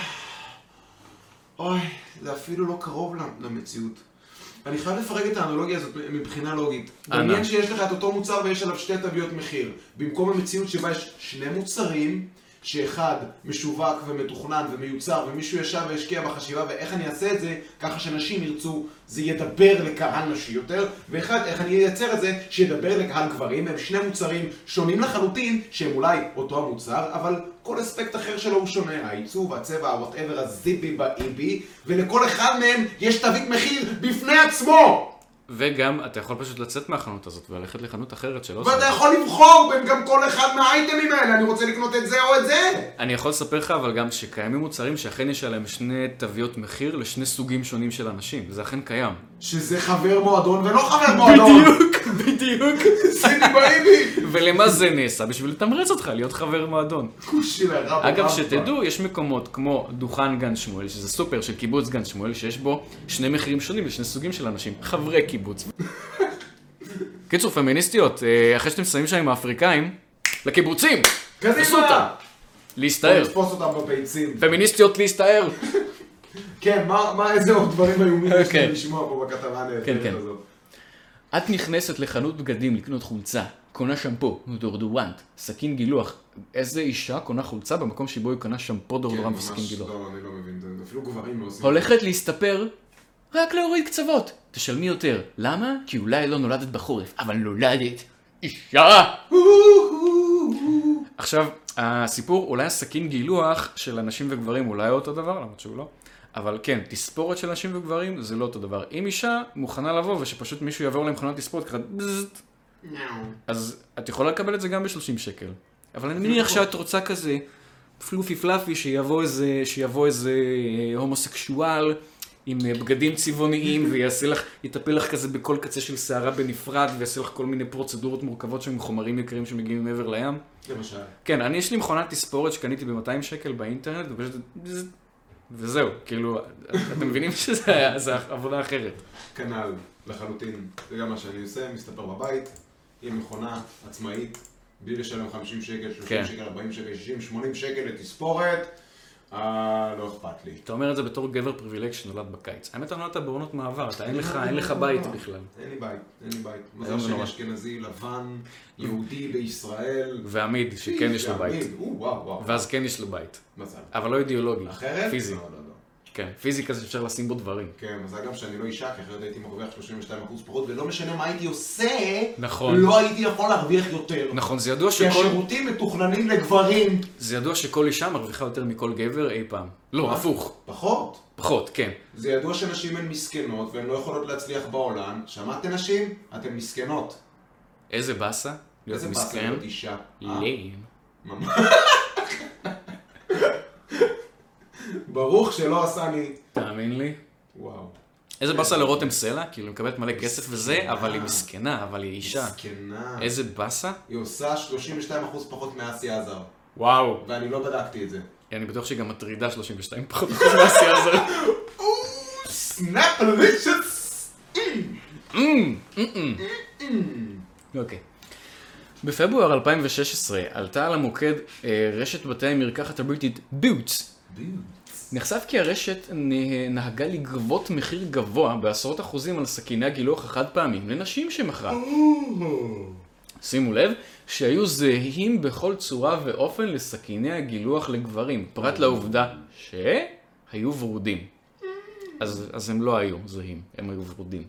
אוי, זה אפילו לא קרוב למציאות. אני חייב לפרק את האנלוגיה הזאת מבחינה לוגית. בעניין שיש לך את אותו מוצר ויש עליו שתי תוויות מחיר. במקום המציאות שבה יש שני מוצרים, שאחד משווק ומתוכנן ומיוצר, ומישהו ישב והשקיע בחשיבה ואיך אני אעשה את זה, ככה שנשים ירצו, זה ידבר לקהל נשי יותר, ואחד, איך אני אייצר את זה, שידבר לקהל גברים. הם שני מוצרים שונים לחלוטין, שהם אולי אותו המוצר, אבל כל אספקט אחר שלו הוא שונה, העיצוב, הצבע, whatever, הזיבי באיבי, ולכל אחד מהם יש תווית מחיר בפני עצמו! וגם אתה יכול פשוט לצאת מהחנות הזאת וללכת לחנות אחרת שלא... ואתה יכול לבחור בין גם כל אחד מהאייטמים האלה, אני רוצה לקנות את זה או את זה. אני יכול לספר לך אבל גם שקיימים מוצרים שאכן יש עליהם שני תוויות מחיר לשני סוגים שונים של אנשים, זה אכן קיים. שזה חבר מועדון ולא חבר מועדון. בדיוק. סיני באיבי. ולמה זה נעשה? בשביל לתמרץ אותך להיות חבר מועדון. אגב, שתדעו, יש מקומות כמו דוכן גן שמואל, שזה סופר של קיבוץ גן שמואל, שיש בו שני מחירים שונים לשני סוגים של אנשים, חברי קיבוץ. קיצור, פמיניסטיות, אחרי שאתם שמים שם עם האפריקאים, לקיבוצים! קדימה! להסתער. לתפוס אותם בביצים. פמיניסטיות להסתער. כן, איזה עוד דברים איומים יש לי לשמוע פה בכתבה הנהדרת הזאת. את נכנסת לחנות בגדים לקנות חולצה, קונה שמפו, דורדורנט, סכין גילוח. איזה אישה קונה חולצה במקום שבו היא קונה שמפו, דורדורנט וסכין גילוח? לא, אני לא מבין, אפילו גברים לא עושים. הולכת להסתפר, רק להוריד קצוות. תשלמי יותר. למה? כי אולי לא נולדת בחורף, אבל נולדת אישה. עכשיו, הסיפור, אולי הסכין גילוח של אנשים וגברים אולי אותו דבר, למרות שהוא לא. אבל כן, תספורת של נשים וגברים זה לא אותו דבר. אם אישה מוכנה לבוא ושפשוט מישהו יעבור למכונת תספורת ככה בזזט, אז את יכולה לקבל את זה גם ב-30 שקל. אבל אני מניח שאת רוצה כזה פלופי פלאפי שיבוא איזה הומוסקשואל עם בגדים צבעוניים ויטפל לך כזה בכל קצה של שערה בנפרד ויעשה לך כל מיני פרוצדורות מורכבות עם חומרים יקרים שמגיעים מעבר לים. למשל. כן, יש לי מכונת תספורת שקניתי ב-200 שקל באינטרנט וזהו, כאילו, אתם מבינים שזה עבודה אחרת. כנ"ל, לחלוטין. זה גם מה שאני עושה, מסתפר בבית, עם מכונה עצמאית, בלי לשלם 50 שקל, 30 שקל, 40 שקל, 60, 80 שקל לתספורת. לא אכפת לי. אתה אומר את זה בתור גבר פריבילג שנולד בקיץ. האמת, נולדת בעונות מעבר, אין לך בית בכלל. אין לי בית. מזל שאני אשכנזי, לבן, יהודי בישראל. ועמיד, שכן יש לו בית. וואו. ואז כן יש לו בית. מזל. אבל לא אידיאולוגי. אחרת? פיזי. לא. כן, פיזי כזה שאפשר לשים בו דברים. כן, מזל גם שאני לא אישה, כי אחרת הייתי מרוויח 32% פחות, ולא משנה מה הייתי עושה, נכון. לא הייתי יכול להרוויח יותר. נכון, זה ידוע כי השירותים מתוכננים לגברים. זה ידוע שכל אישה מרוויחה יותר מכל גבר אי פעם. לא, הפוך. פחות, כן. זה ידוע שנשים הן מסכנות, והן לא יכולות להצליח בעולם. שמעתם נשים? אתן מסכנות. איזה באסה? איזה באסה להיות אישה? ליים. ברוך שלא עשני. תאמין לי. וואו. איזה באסה לרותם סלע, כאילו היא מקבלת מלא כסף וזה, אבל היא מסכנה, אבל היא אישה. מסכנה. איזה באסה? היא עושה 32% פחות מאסי עזר. וואו. ואני לא בדקתי את זה. אני בטוח שהיא גם מטרידה 32 פחות מאסי עזר. סנאפליצ'ס! אוקיי. בפברואר 2016 עלתה על המוקד רשת בתי המרקחת הבריטית בוטס. נחשף כי הרשת נהגה לגבות מחיר גבוה בעשרות אחוזים על סכיני הגילוח החד פעמים לנשים שמכרה. שימו לב שהיו זהים בכל צורה ואופן לסכיני הגילוח לגברים, פרט לעובדה שהיו ורודים. אז הם לא היו זהים, הם היו ורודים.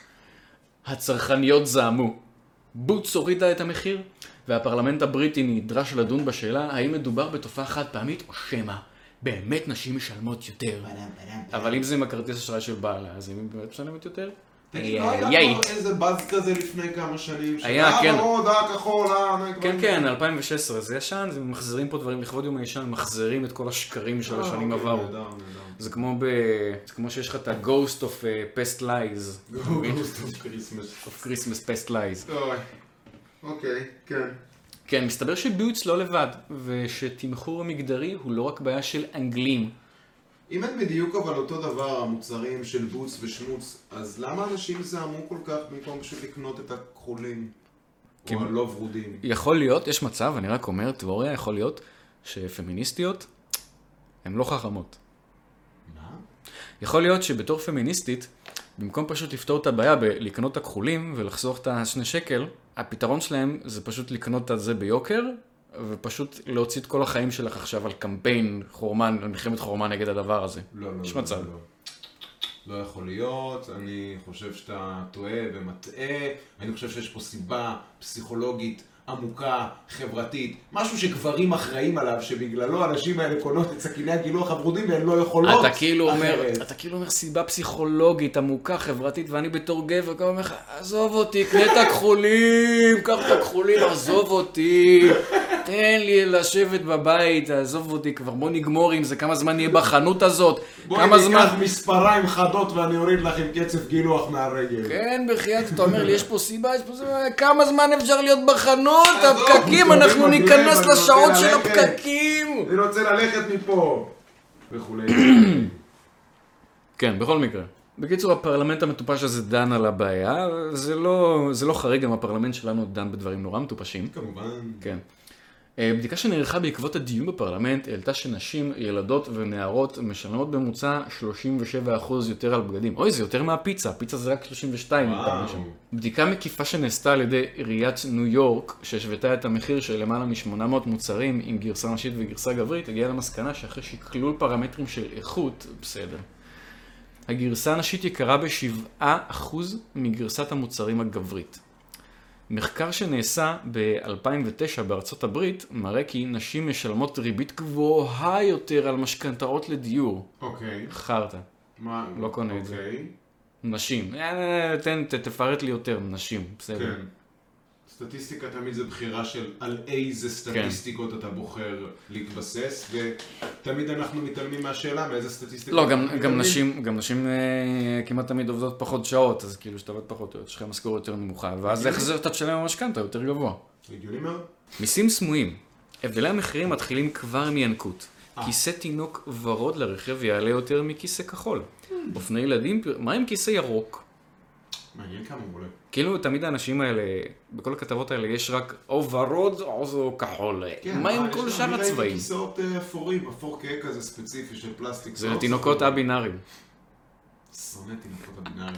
הצרכניות זעמו. בוטס הורידה את המחיר, והפרלמנט הבריטי נדרש לדון בשאלה האם מדובר בתופעה חד פעמית או שמא. באמת נשים משלמות יותר. אבל אם זה עם הכרטיס אשראי של בעלה, אז אם היא באמת משלמת יותר? תגיד, לא היה כבר איזה באז כזה לפני כמה שנים? היה, כן. כחול, כן, 2016. זה ישן, זה מחזירים פה דברים לכבוד יום האישה, מחזירים את כל השקרים של השנים עברו. זה כמו שיש לך את ה-Ghost of Past Lies. Ghost of Christmas. of Christmas Past Lies. אוקיי, כן. כן, מסתבר שבוטס לא לבד, ושתמחור המגדרי הוא לא רק בעיה של אנגלים. אם אין בדיוק אבל אותו דבר, המוצרים של בוטס ושמוץ, אז למה אנשים זעמו כל כך במקום פשוט לקנות את הכחולים? או הלא ורודים? יכול להיות, יש מצב, אני רק אומר, תיאוריה, יכול להיות שפמיניסטיות הן לא חכמות. מה? יכול להיות שבתור פמיניסטית, במקום פשוט לפתור את הבעיה בלקנות את הכחולים ולחסוך את ה2 שקל, הפתרון שלהם זה פשוט לקנות את זה ביוקר, ופשוט להוציא את כל החיים שלך עכשיו על קמפיין חורמן, על מלחמת חורמן נגד הדבר הזה. לא. יש מצב. לא יכול להיות, אני חושב שאתה טועה ומטעה, אני חושב שיש פה סיבה פסיכולוגית עמוקה, חברתית, משהו שגברים אחראים עליו, שבגללו האנשים האלה קונות את סכיני הגילוח הוורודים והן לא יכולות אתה כאילו אומר סיבה פסיכולוגית עמוקה, חברתית, ואני בתור גבר כבר אומר לך, עזוב אותי, קנה את הכחולים, קח את הכחולים, עזוב אותי, תן לי לשבת בבית, עזוב אותי כבר, בוא נגמור עם זה, כמה זמן נהיה בחנות הזאת, בואי ניקח מספריים חדות ואני אוריד לך עם קצב גילוח מהרגל. כן, בחייאת, אתה אומר לי, יש פה סיבה, כמה זמן אפשר להיות בחנות? הפקקים, אנחנו ניכנס לשעות של הפקקים. אני רוצה ללכת מפה. וכולי. כן, בכל מקרה. בקיצור, הפרלמנט המטופש הזה דן על הבעיה. זה לא חריג, גם הפרלמנט שלנו דן בדברים נורא מטופשים. כמובן. כן. בדיקה שנערכה בעקבות הדיון בפרלמנט העלתה שנשים, ילדות ונערות משלמות בממוצע 37% יותר על בגדים. אוי, זה יותר מהפיצה, הפיצה זה רק 32. בדיקה מקיפה שנעשתה על ידי עיריית ניו יורק, שהשוותה את המחיר של למעלה מ-800 מוצרים עם גרסה נשית וגרסה גברית, הגיעה למסקנה שאחרי שקלול פרמטרים של איכות, בסדר. הגרסה הנשית יקרה ב7% מגרסת המוצרים הגברית. מחקר שנעשה ב-2009 בארצות הברית מראה כי נשים משלמות ריבית גבוהה יותר על משכנתאות לדיור. אוקיי. חרטה. מה? לא קונה את זה. אוקיי. נשים. תפרט לי יותר, נשים. בסדר. כן. סטטיסטיקה תמיד זה בחירה של על איזה סטטיסטיקות אתה בוחר להתבסס, ותמיד אנחנו מתעלמים מהשאלה מאיזה סטטיסטיקות. לא, גם נשים כמעט תמיד עובדות פחות שעות, אז כאילו שאתה עובד פחות, יש לך משכורת יותר נמוכה, ואז החזר אתה תשלם המשכנתא יותר גבוה. הגיוני מאוד. מיסים סמויים. הבדלי המחירים מתחילים כבר מינקות. כיסא תינוק ורוד לרכב יעלה יותר מכיסא כחול. אופני ילדים, מה עם כיסא ירוק? מעניין כמה הוא עולה. כאילו תמיד האנשים האלה, בכל הכתבות האלה יש רק או ורוד או זו כחול. מה עם כל שאר הצבעים? אני ראיתי כיסאות אפורים, אפור כהה כזה ספציפי של פלסטיק. זה לתינוקות הבינאריים. שונא תינוקות הבינאריים.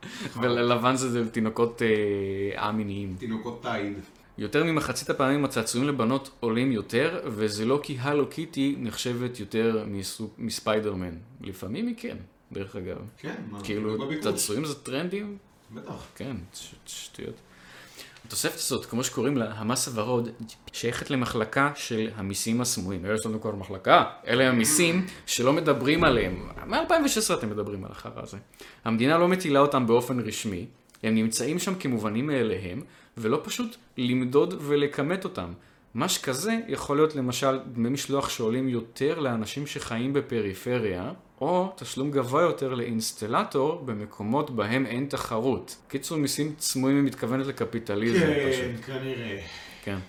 וללבן זה לתינוקות א-מיניים. תינוקות טייד. יותר ממחצית הפעמים הצעצועים לבנות עולים יותר, וזה לא כי הלו קיטי נחשבת יותר מספיידרמן. לפעמים היא כן, דרך אגב. כן, מה? כאילו, צעצועים זה טרנדים? בטח. כן, שטויות. התוספת הזאת, כמו שקוראים לה, המס הוורוד, שייכת למחלקה של המיסים הסמויים. יש לנו כבר מחלקה, אלה המיסים שלא מדברים עליהם. מ-2016 אתם מדברים על החרא הזה. המדינה לא מטילה אותם באופן רשמי, הם נמצאים שם כמובנים מאליהם, ולא פשוט למדוד ולכמת אותם. מה שכזה יכול להיות למשל דמי משלוח שעולים יותר לאנשים שחיים בפריפריה, או תשלום גבוה יותר לאינסטלטור במקומות בהם אין תחרות. קיצור, מיסים סמויים מתכוונת לקפיטליזם. כן, כנראה. כן.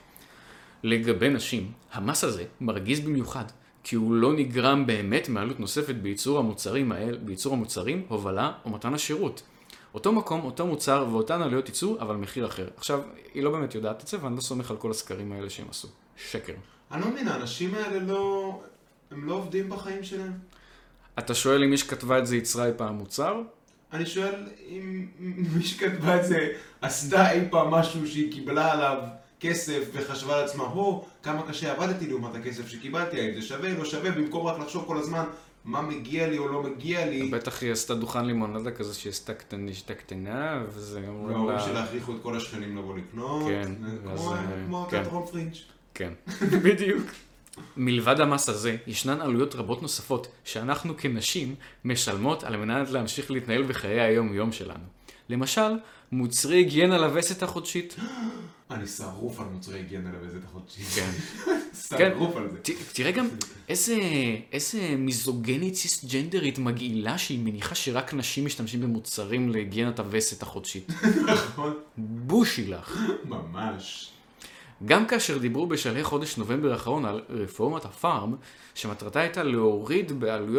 לגבי נשים, המס הזה מרגיז במיוחד, כי הוא לא נגרם באמת מעלות נוספת בייצור המוצרים, הובלה או מתן השירות. אותו מקום, אותו מוצר ואותן עלויות ייצור, אבל מחיר אחר. עכשיו, היא לא באמת יודעת את זה, ואני לא סומך על כל הסקרים האלה שהם עשו. שקר. אני לא מבין, האנשים האלה לא... הם לא עובדים בחיים שלהם? אתה שואל אם מי שכתבה את זה יצרה אי פעם מוצר? אני שואל אם מי שכתבה את זה עשתה אי פעם משהו שהיא קיבלה עליו כסף וחשבה לעצמה, כמה קשה עבדתי לעומת הכסף שקיבלתי, האם זה שווה, לא שווה, במקום רק לחשוב כל הזמן מה מגיע לי או לא מגיע לי. בטח היא עשתה דוכן לימונדה כזה שהיא עשתה קטנה, וזה אומרים לה... וההורים שלה הכריחו את כל השכנים לבוא לקנות, כן, כמו תיאטרון פרינג'. כן, בדיוק. מלבד המס הזה, ישנן עלויות רבות נוספות שאנחנו כנשים משלמות על מנת להמשיך להתנהל בחיי היום-יום שלנו. למשל, מוצרי היגיינה לווסת החודשית. אני שרוף על מוצרי היגיינה לווסת החודשית. כן. שרוף על זה. תראה גם איזה מיזוגנית סיסג'נדרית מגעילה שהיא מניחה שרק נשים משתמשים במוצרים להיגיינת הווסת החודשית. נכון. בושי לך. ממש. גם כאשר דיברו בשלהי חודש נובמבר האחרון על רפורמת הפארם, שמטרתה הייתה להוריד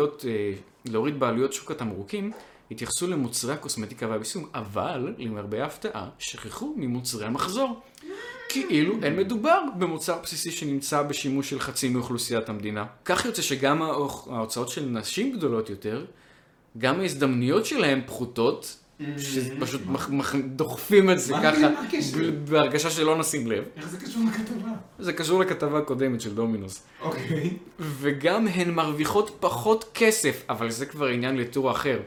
בעלויות שוק התמרוקים, התייחסו למוצרי הקוסמטיקה והביסום, אבל למרבה ההפתעה שכחו ממוצרי המחזור. כאילו אין מדובר במוצר בסיסי שנמצא בשימוש של חצי מאוכלוסיית המדינה. כך יוצא שגם ההוצאות של נשים גדולות יותר, גם ההזדמנויות שלהן פחותות, שפשוט דוחפים את זה ככה, בהרגשה שלא נשים לב. איך זה קשור לכתבה? זה קשור לכתבה הקודמת של דומינוס. אוקיי. וגם הן מרוויחות פחות כסף, אבל זה כבר עניין לטור אחר.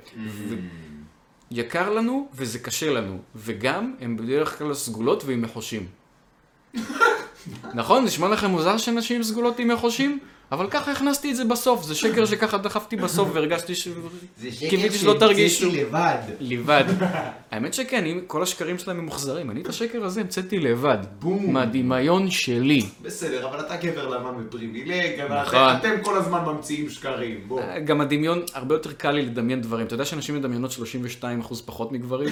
יקר לנו וזה קשה לנו, וגם הן בדרך כלל סגולות ועם מחושים. נכון? נשמע לכם מוזר שנשים סגולות עם מחושים? אבל ככה הכנסתי את זה בסוף, זה שקר שככה דחפתי בסוף והרגשתי קיוויתי שלא תרגישו. זה שקר לבד. האמת שכן, כל השקרים שלהם הם מוחזרים, אני את השקר הזה המצאתי לבד. בום. מהדמיון שלי. בסדר, אבל אתה גבר לבן ופריבילג, נכון. אתם כל הזמן ממציאים שקרים, בוא. גם הדמיון, הרבה יותר קל לי לדמיין דברים. אתה יודע שאנשים מדמיינות 32% פחות מגברים?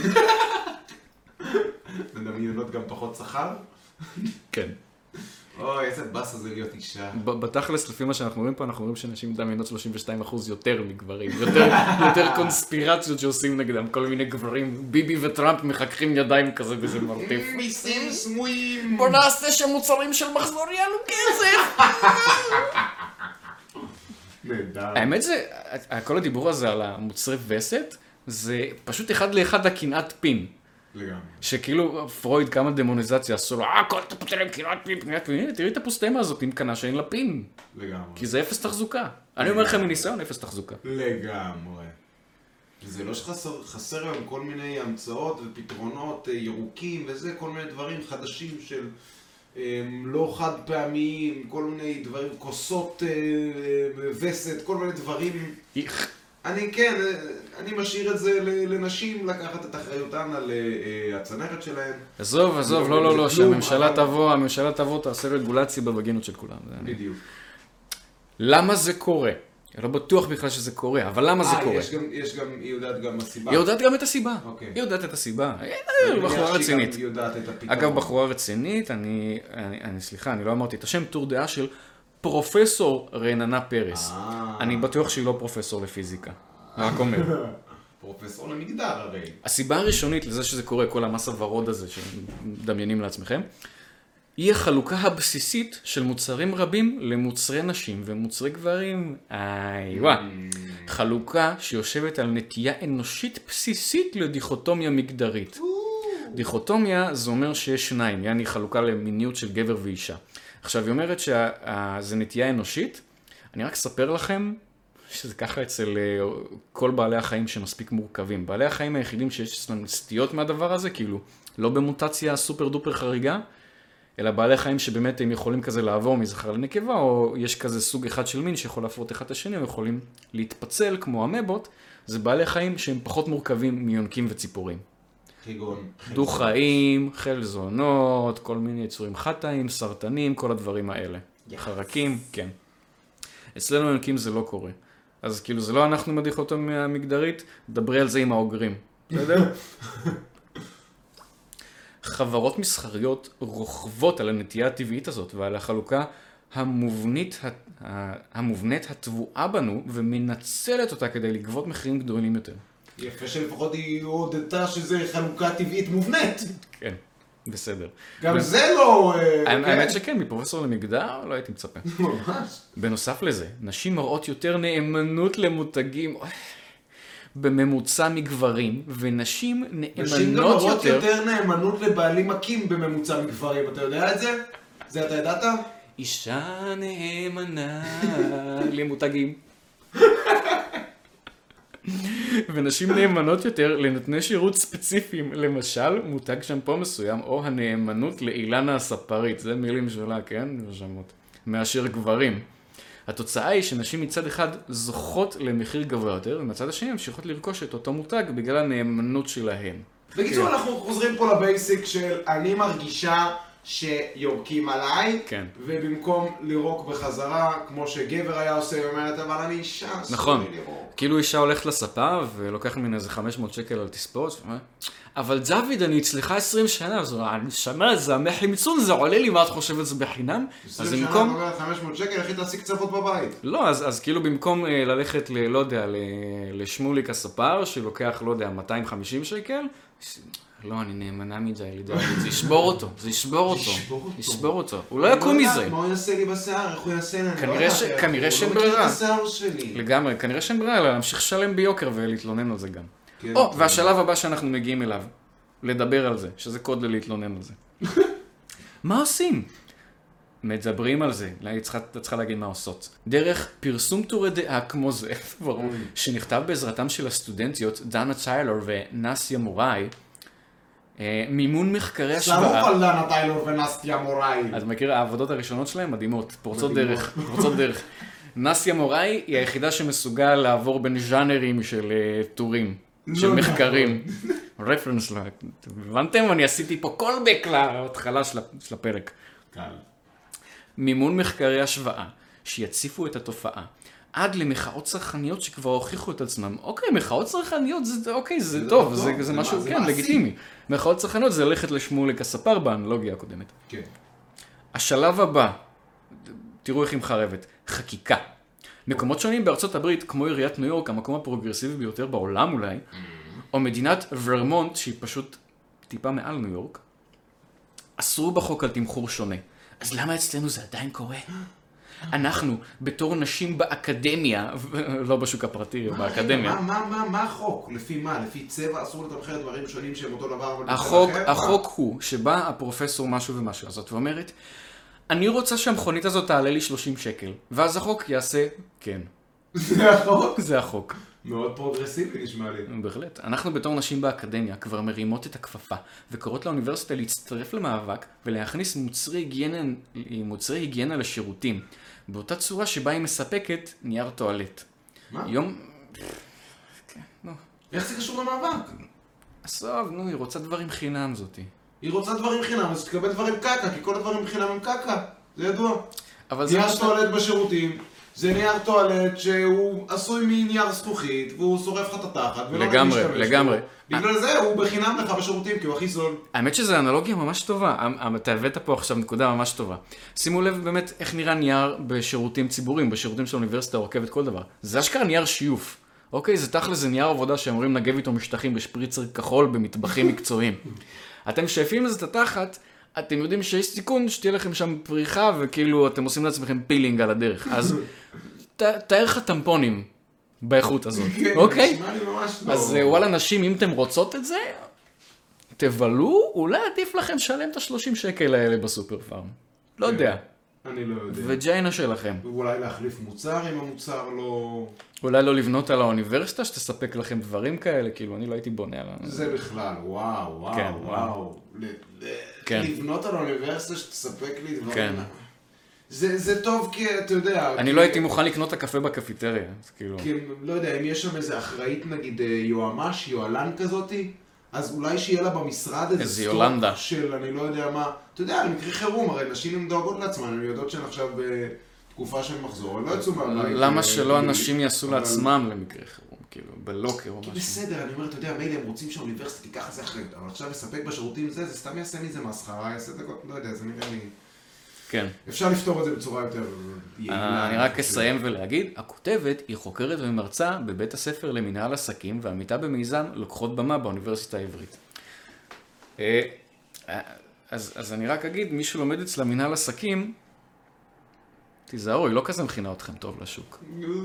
מדמיינות גם פחות שכר? כן. אוי, איזה באס הזה להיות אישה. בתכלס, לפי מה שאנחנו רואים פה, אנחנו רואים שאנשים מדמיינות 32% יותר מגברים. יותר קונספירציות שעושים נגדם, כל מיני גברים. ביבי וטראמפ מחככים ידיים כזה בזה מרטיף. מיסים סמויים. בוא נעשה שמוצרים של מחזור יעלו כסף. נהדר. האמת זה, כל הדיבור הזה על המוצרי וסת, זה פשוט אחד לאחד הקנאת פין. לגמרי. שכאילו פרויד כמה דמוניזציה עשו לו, כל אתה פותח להם קנאת פין, תראי את הפוסטמה הזאת עם קנה שאין לה פין. לגמרי. כי זה אפס תחזוקה. אני אומר לכם מניסיון, אפס תחזוקה. לגמרי. וזה לא שחסר היום כל מיני המצאות ופתרונות ירוקים וזה, כל מיני דברים חדשים של לא חד פעמיים, כל מיני דברים, כוסות וסת, כל מיני דברים. אני משאיר את זה לנשים לקחת את אחריותן על הצנרת שלהן. עזוב, לא, שהממשלה תבוא, תעשה רגולציה בווגינות של כולם. בדיוק. למה זה קורה? אני לא בטוח בכלל שזה קורה, אבל למה זה קורה? היא יודעת גם הסיבה. היא יודעת גם את הסיבה. אוקיי. היא יודעת את הסיבה. בחורה רצינית. היא יודעת את הפתרון. אגב, בחורה רצינית, סליחה, אני לא אמרתי את השם, טור דעה של פרופסור רננה פרס. אני בטוח שהיא לא פרופסור לפיזיקה. רק אומר. פרופסור למגדר הרי. הסיבה הראשונית לזה שזה קורה, כל המס הוורוד הזה שמדמיינים לעצמכם, היא החלוקה הבסיסית של מוצרים רבים למוצרי נשים ומוצרי גברים. חלוקה שיושבת על נטייה אנושית בסיסית לדיכוטומיה מגדרית. דיכוטומיה זה אומר שיש שניים, יעני חלוקה למיניות של גבר ואישה. עכשיו היא אומרת שזה נטייה אנושית, אני רק אספר לכם שזה ככה אצל כל בעלי החיים שמספיק מורכבים. בעלי החיים היחידים שיש להם סטיות מהדבר הזה, כאילו לא במוטציה סופר דופר חריגה, אלא בעלי חיים שבאמת הם יכולים כזה לעבור מזכר לנקבה, או יש כזה סוג אחד של מין שיכול להפרות אחד את השני, או יכולים להתפצל כמו המבות, זה בעלי חיים שהם פחות מורכבים מיונקים וציפורים. דו-חיים, חלזונות, כל מיני יצורים חטאים, סרטנים, כל הדברים האלה. חרקים, כן. אצלנו יונקים זה לא קורה. אז כאילו זה לא אנחנו מדיח אותו מהמגדרית, דברי על זה עם האוגרים. בסדר? חברות מסחריות רוכבות על הנטייה הטבעית הזאת ועל החלוקה המובנית התבואה בנו ומנצלת אותה כדי לגבות מחירים גדולים יותר. יפה שלפחות היא הודתה שזה חלוקה טבעית מובנית. כן, בסדר. גם זה לא... האמת שכן, מפרופסור למגדר לא הייתי מצפה. ממש. בנוסף לזה, נשים מראות יותר נאמנות למותגים בממוצע מגברים, ונשים נאמנות יותר... נשים גם מראות יותר נאמנות לבעלים מכים בממוצע מגברים, אתה יודע את זה? זה אתה ידעת? אישה נאמנה למותגים. ונשים נאמנות יותר לנותני שירות ספציפיים, למשל מותג שמפו מסוים, או הנאמנות לאילנה הספרית, זה מילים שלה, כן? מאשר גברים. התוצאה היא שנשים מצד אחד זוכות למחיר גבוה יותר, ומצד השני ממשיכות לרכוש את אותו מותג בגלל הנאמנות שלהן. בקיצור, אנחנו חוזרים פה לבייסיק של אני מרגישה שיורקים עליי, כן. ובמקום לירוק בחזרה, כמו שגבר היה עושה, היא אומרת, אבל אני אישה, נכון. כאילו אישה הולכת לספה, ולוקח ממנה איזה 500 שקל על תספות, אבל דוד, אני אצלך 20 שנה, אני שמע, זה המחמצון, זה עולה לי, מה את חושבת, זה בחינם? 20 שנה נוגע 500 שקל, איך היא תעסיק צפות בבית? לא, אז כאילו במקום ללכת, לא יודע, לשמוליק הספר, שלוקח, לא יודע, 250 שקל, לא, אני נאמנה מדי, זה ישבור אותו, זה ישבור אותו, הוא לא יקום מזה. מה הוא יעשה לי בשיער, איך הוא יעשה לי? כנראה שאין ברירה. הוא לא מכיר את השיער שלי. לגמרי, כנראה שאין ברירה, אלא להמשיך לשלם ביוקר ולהתלונן על זה גם. והשלב הבא שאנחנו מגיעים אליו, לדבר על זה, שזה קוד ללהתלונן על זה. מה עושים? מדברים על זה, אתה צריכה להגיד מה עושות. דרך פרסום טורי דעה כמו זה, ברור, שנכתב בעזרתם של הסטודנטיות דנה טיילור ונסיה מוראי, מימון מחקרי השוואה. סמוך על דנה טיילור ונסיה מוראי. אתה מכיר, העבודות הראשונות שלהם מדהימות, פורצות דרך. נסיה מוראי היא היחידה שמסוגל לעבור בין ז'אנרים של טורים, של מחקרים. רפרנס, הבנתם? אני עשיתי פה קולבק להתחלה של הפרק. קל. מימון מחקרי השוואה, שיציפו את התופעה, עד למחאות צרכניות שכבר הוכיחו את עצמם. אוקיי, מחאות צרכניות זה אוקיי, זה טוב, זה משהו, כן, לגיטימי. מחאות צרכניות זה ללכת לשמוליק הספר באנלוגיה הקודמת. כן. השלב הבא, תראו איך היא מחרבת, חקיקה. מקומות שונים בארצות הברית, כמו עיריית ניו יורק, המקום הפרוגרסיבי ביותר בעולם אולי, או מדינת ורמונט, שהיא פשוט טיפה מעל ניו יורק, אסרו בחוק על תמחור שונה. אז למה אצלנו זה עדיין קורה? אנחנו, בתור נשים באקדמיה, לא בשוק הפרטי, באקדמיה. מה החוק? לפי מה? לפי צבע אסור לתמחר דברים שונים שהם אותו דבר? החוק הוא שבא הפרופסור משהו ומשהו הזאת ואומרת, אני רוצה שהמכונית הזאת תעלה לי 30 שקל, ואז החוק יעשה כן. זה החוק? זה החוק. מאוד פרוגרסיבי נשמע לי. בהחלט. אנחנו בתור נשים באקדמיה כבר מרימות את הכפפה, וקוראות לאוניברסיטה להצטרף למאבק ולהכניס מוצרי היגיינה לשירותים, באותה צורה שבה היא מספקת נייר טואלט. מה? כן, נו. איך זה קשור למאבק? עזוב, נו, היא רוצה דברים חינם זאתי. היא רוצה דברים חינם, אז תקבל דברים קקה, כי כל הדברים חינם הם קקה. זה ידוע. נייר טואלט בשירותים. זה נייר טואלט שהוא עשוי מנייר זכוכית, והוא שורף לך את התחת, ולא לגמרי. בגלל זה הוא בחינם לך בשירותים, כי הוא הכי זול. האמת שזו אנלוגיה ממש טובה. אתה הבאת פה עכשיו נקודה ממש טובה. שימו לב באמת איך נראה נייר בשירותים ציבוריים, בשירותים של האוניברסיטה או רכבת, כל דבר. זה אשכרה נייר שיוף. אוקיי, זה תכל'ס, זה נייר עבודה שהם אומרים נגב איתו משטחים בשפריצר כחול במטבחים מקצועיים. אתם שואפים לזה את התחת, אתם יודעים שיש סיכון שתהיה לכם שם פריחה, וכאילו אתם עושים לעצמכם פילינג על הדרך. אז תאר לך טמפונים באיכות הזאת, אוקיי? אז וואלה, נשים, אם אתם רוצות את זה, תבלו, אולי עדיף לכם לשלם את ה-30 שקל האלה בסופר פארם. לא יודע. אני לא יודע. וג'יינה שלכם. ואולי להחליף מוצר אם המוצר לא... אולי לא לבנות על האוניברסיטה שתספק לכם דברים כאלה, כאילו אני לא הייתי בונה על... זה בכלל, וואו, כן, וואו. כן. לבנות על האוניברסיטה שתספק לי דברים... כן. זה טוב כי אתה יודע... אני לא הייתי מוכן לקנות את הקפה בקפיטריה, אז כאילו... כי לא יודע, אם יש שם איזה אחראית נגיד יועמ"ש, יועלן כזאתי, אז אולי שיהיה לה במשרד איזה יולנדה של אני לא יודע מה, אתה יודע, למקרה חירום, הרי נשים הן דואגות לעצמן, הן יודעות שהן עכשיו בתקופה של מחזור, הן לא יצאו מהבית. למה שלא אנשים יעשו לעצמם למקרה חירום, כאילו, בלוקר או משהו? בסדר, אני אומר, אתה יודע, מילא הם רוצים שהאוניברסיטה תיקח את זה אחרת, אבל עכשיו לספק בשירותים זה סתם יעשה מזה מסחרה, יעשה דקות, לא יודע, זה נראה לי... כן. אפשר לפתור את זה בצורה יותר יעילה. אני רק אסיים ולהגיד, הכותבת היא חוקרת ומרצה בבית הספר למנהל עסקים ועמיתה במיזם לוקחות במה באוניברסיטה העברית. אז אני רק אגיד, מי שלומד אצלה מנהל עסקים, תיזהרו, היא לא כזה מכינה אתכם טוב לשוק.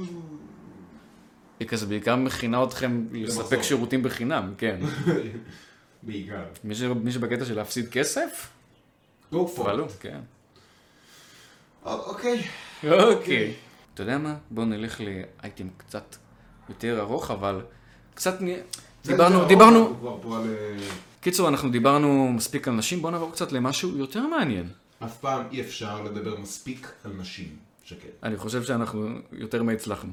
היא כזה בעיקר מכינה אתכם לספק שירותים בחינם, כן. בעיקר. מי שבקטע של להפסיד כסף? go for it. כן. אוקיי. אתה יודע מה? בואו נלך לאייטם קצת יותר ארוך, אבל קצת דיברנו... קיצור, אנחנו דיברנו מספיק על נשים, בואו נעבור קצת למשהו יותר מעניין. אף פעם אי אפשר לדבר מספיק על נשים, שקט. אני חושב שאנחנו יותר מהצלחנו.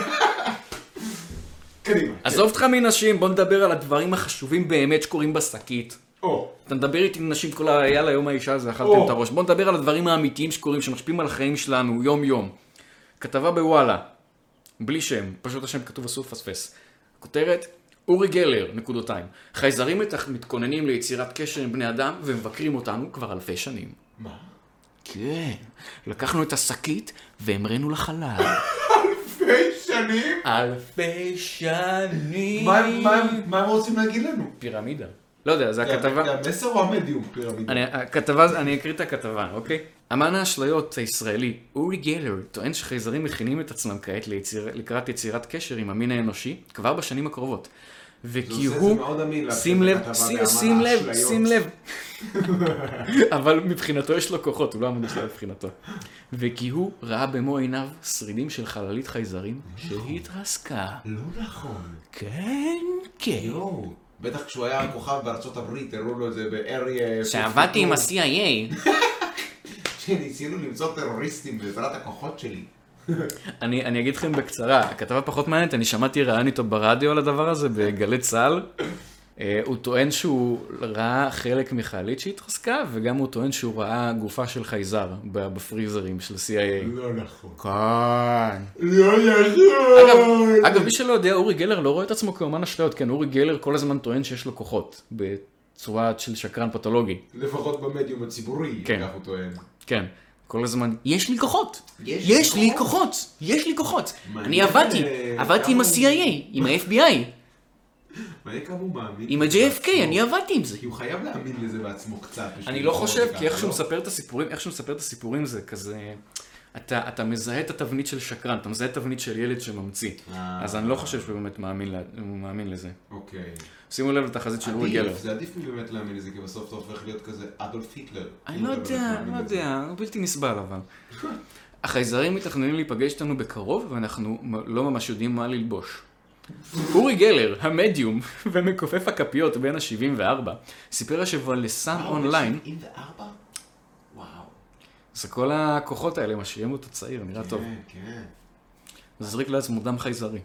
קדימה. עזוב אותך מנשים, בואו נדבר על הדברים החשובים באמת שקורים בשקית. אתה מדבר איתי עם נשים כל יאללה יום האישה הזה, אכלתם את הראש. בוא נדבר על הדברים האמיתיים שקורים, שמשפיעים על החיים שלנו יום יום. כתבה בוואלה, בלי שם, פשוט השם כתוב אסור לפספס. כותרת, אורי גלר, נקודותיים. חייזרים מתכוננים ליצירת קשר עם בני אדם ומבקרים אותנו כבר אלפי שנים. מה? כן, לקחנו את השקית והמרנו לחלל. אלפי שנים? אלפי שנים. מה הם רוצים להגיד לנו? פירמידה. לא יודע, זה הכתבה... זה המסר או המדיום פירמידה? אני אקריא את הכתבה, אוקיי? אמן האשליות הישראלי, אורי גלר, טוען שחייזרים מכינים את עצמם כעת לקראת יצירת קשר עם המין האנושי כבר בשנים הקרובות. וכי הוא... שים לב. אבל מבחינתו יש לו כוחות, הוא לא עמוד שלו מבחינתו. וכי הוא ראה במו עיניו שרידים של חללית חייזרים שהתרסקה. לא נכון. כן. בטח כשהוא היה כוכב בארצות הברית, הראו לו את זה ב-Area... שעבדתי עם ה-CIA. שניסינו למצוא טרוריסטים בעזרת הכוחות שלי. אני אגיד לכם בקצרה, הכתבה פחות מעניינת, אני שמעתי רעיון איתו ברדיו על הדבר הזה, בגלי צה"ל. הוא טוען שהוא ראה חלק מחללית שהתרסקה, וגם הוא טוען שהוא ראה גופה של חייזר בפריזרים של CIA. לא נכון. כן. לא נכון. אגב, מי שלא יודע, אורי גלר לא רואה את עצמו כאומן אשליות, כן, אורי גלר כל הזמן טוען שיש לו כוחות, בצורה של שקרן פתולוגי. לפחות במדיום הציבורי, כן. כך הוא טוען. כן. כל הזמן, יש לי כוחות, יש לי כוחות. אני עבדתי עם ה-CIA, עם ה-FBI. כמה הוא מאמין? עם ה-JFK, אני עבדתי עם זה. כי הוא חייב להאמין לזה בעצמו קצת. אני לא חושב, כי איך שהוא מספר את הסיפורים זה כזה, אתה מזהה את התבנית של שקרן, אתה מזהה את התבנית של ילד שממציא. אז אני לא חושב שהוא באמת מאמין לזה. אוקיי. שימו לב לתחזית של אורי גלר. זה עדיף באמת להאמין לזה, כי בסוף אתה הופך להיות כזה אדולף היטלר. אני לא יודע, הוא בלתי נסבל אבל. החייזרים מתכננים להיפגש איתנו בקרוב, ואנחנו לא ממש יודעים מה ללבוש. אורי גלר, המדיום ומכופף הכפיות בין ה-74, סיפר השבוע לסאן אונליין. 74? וואו. זה כל הכוחות האלה משאירים אותו צעיר, נראה טוב. כן. זה זריק לעצמו דם חייזרי.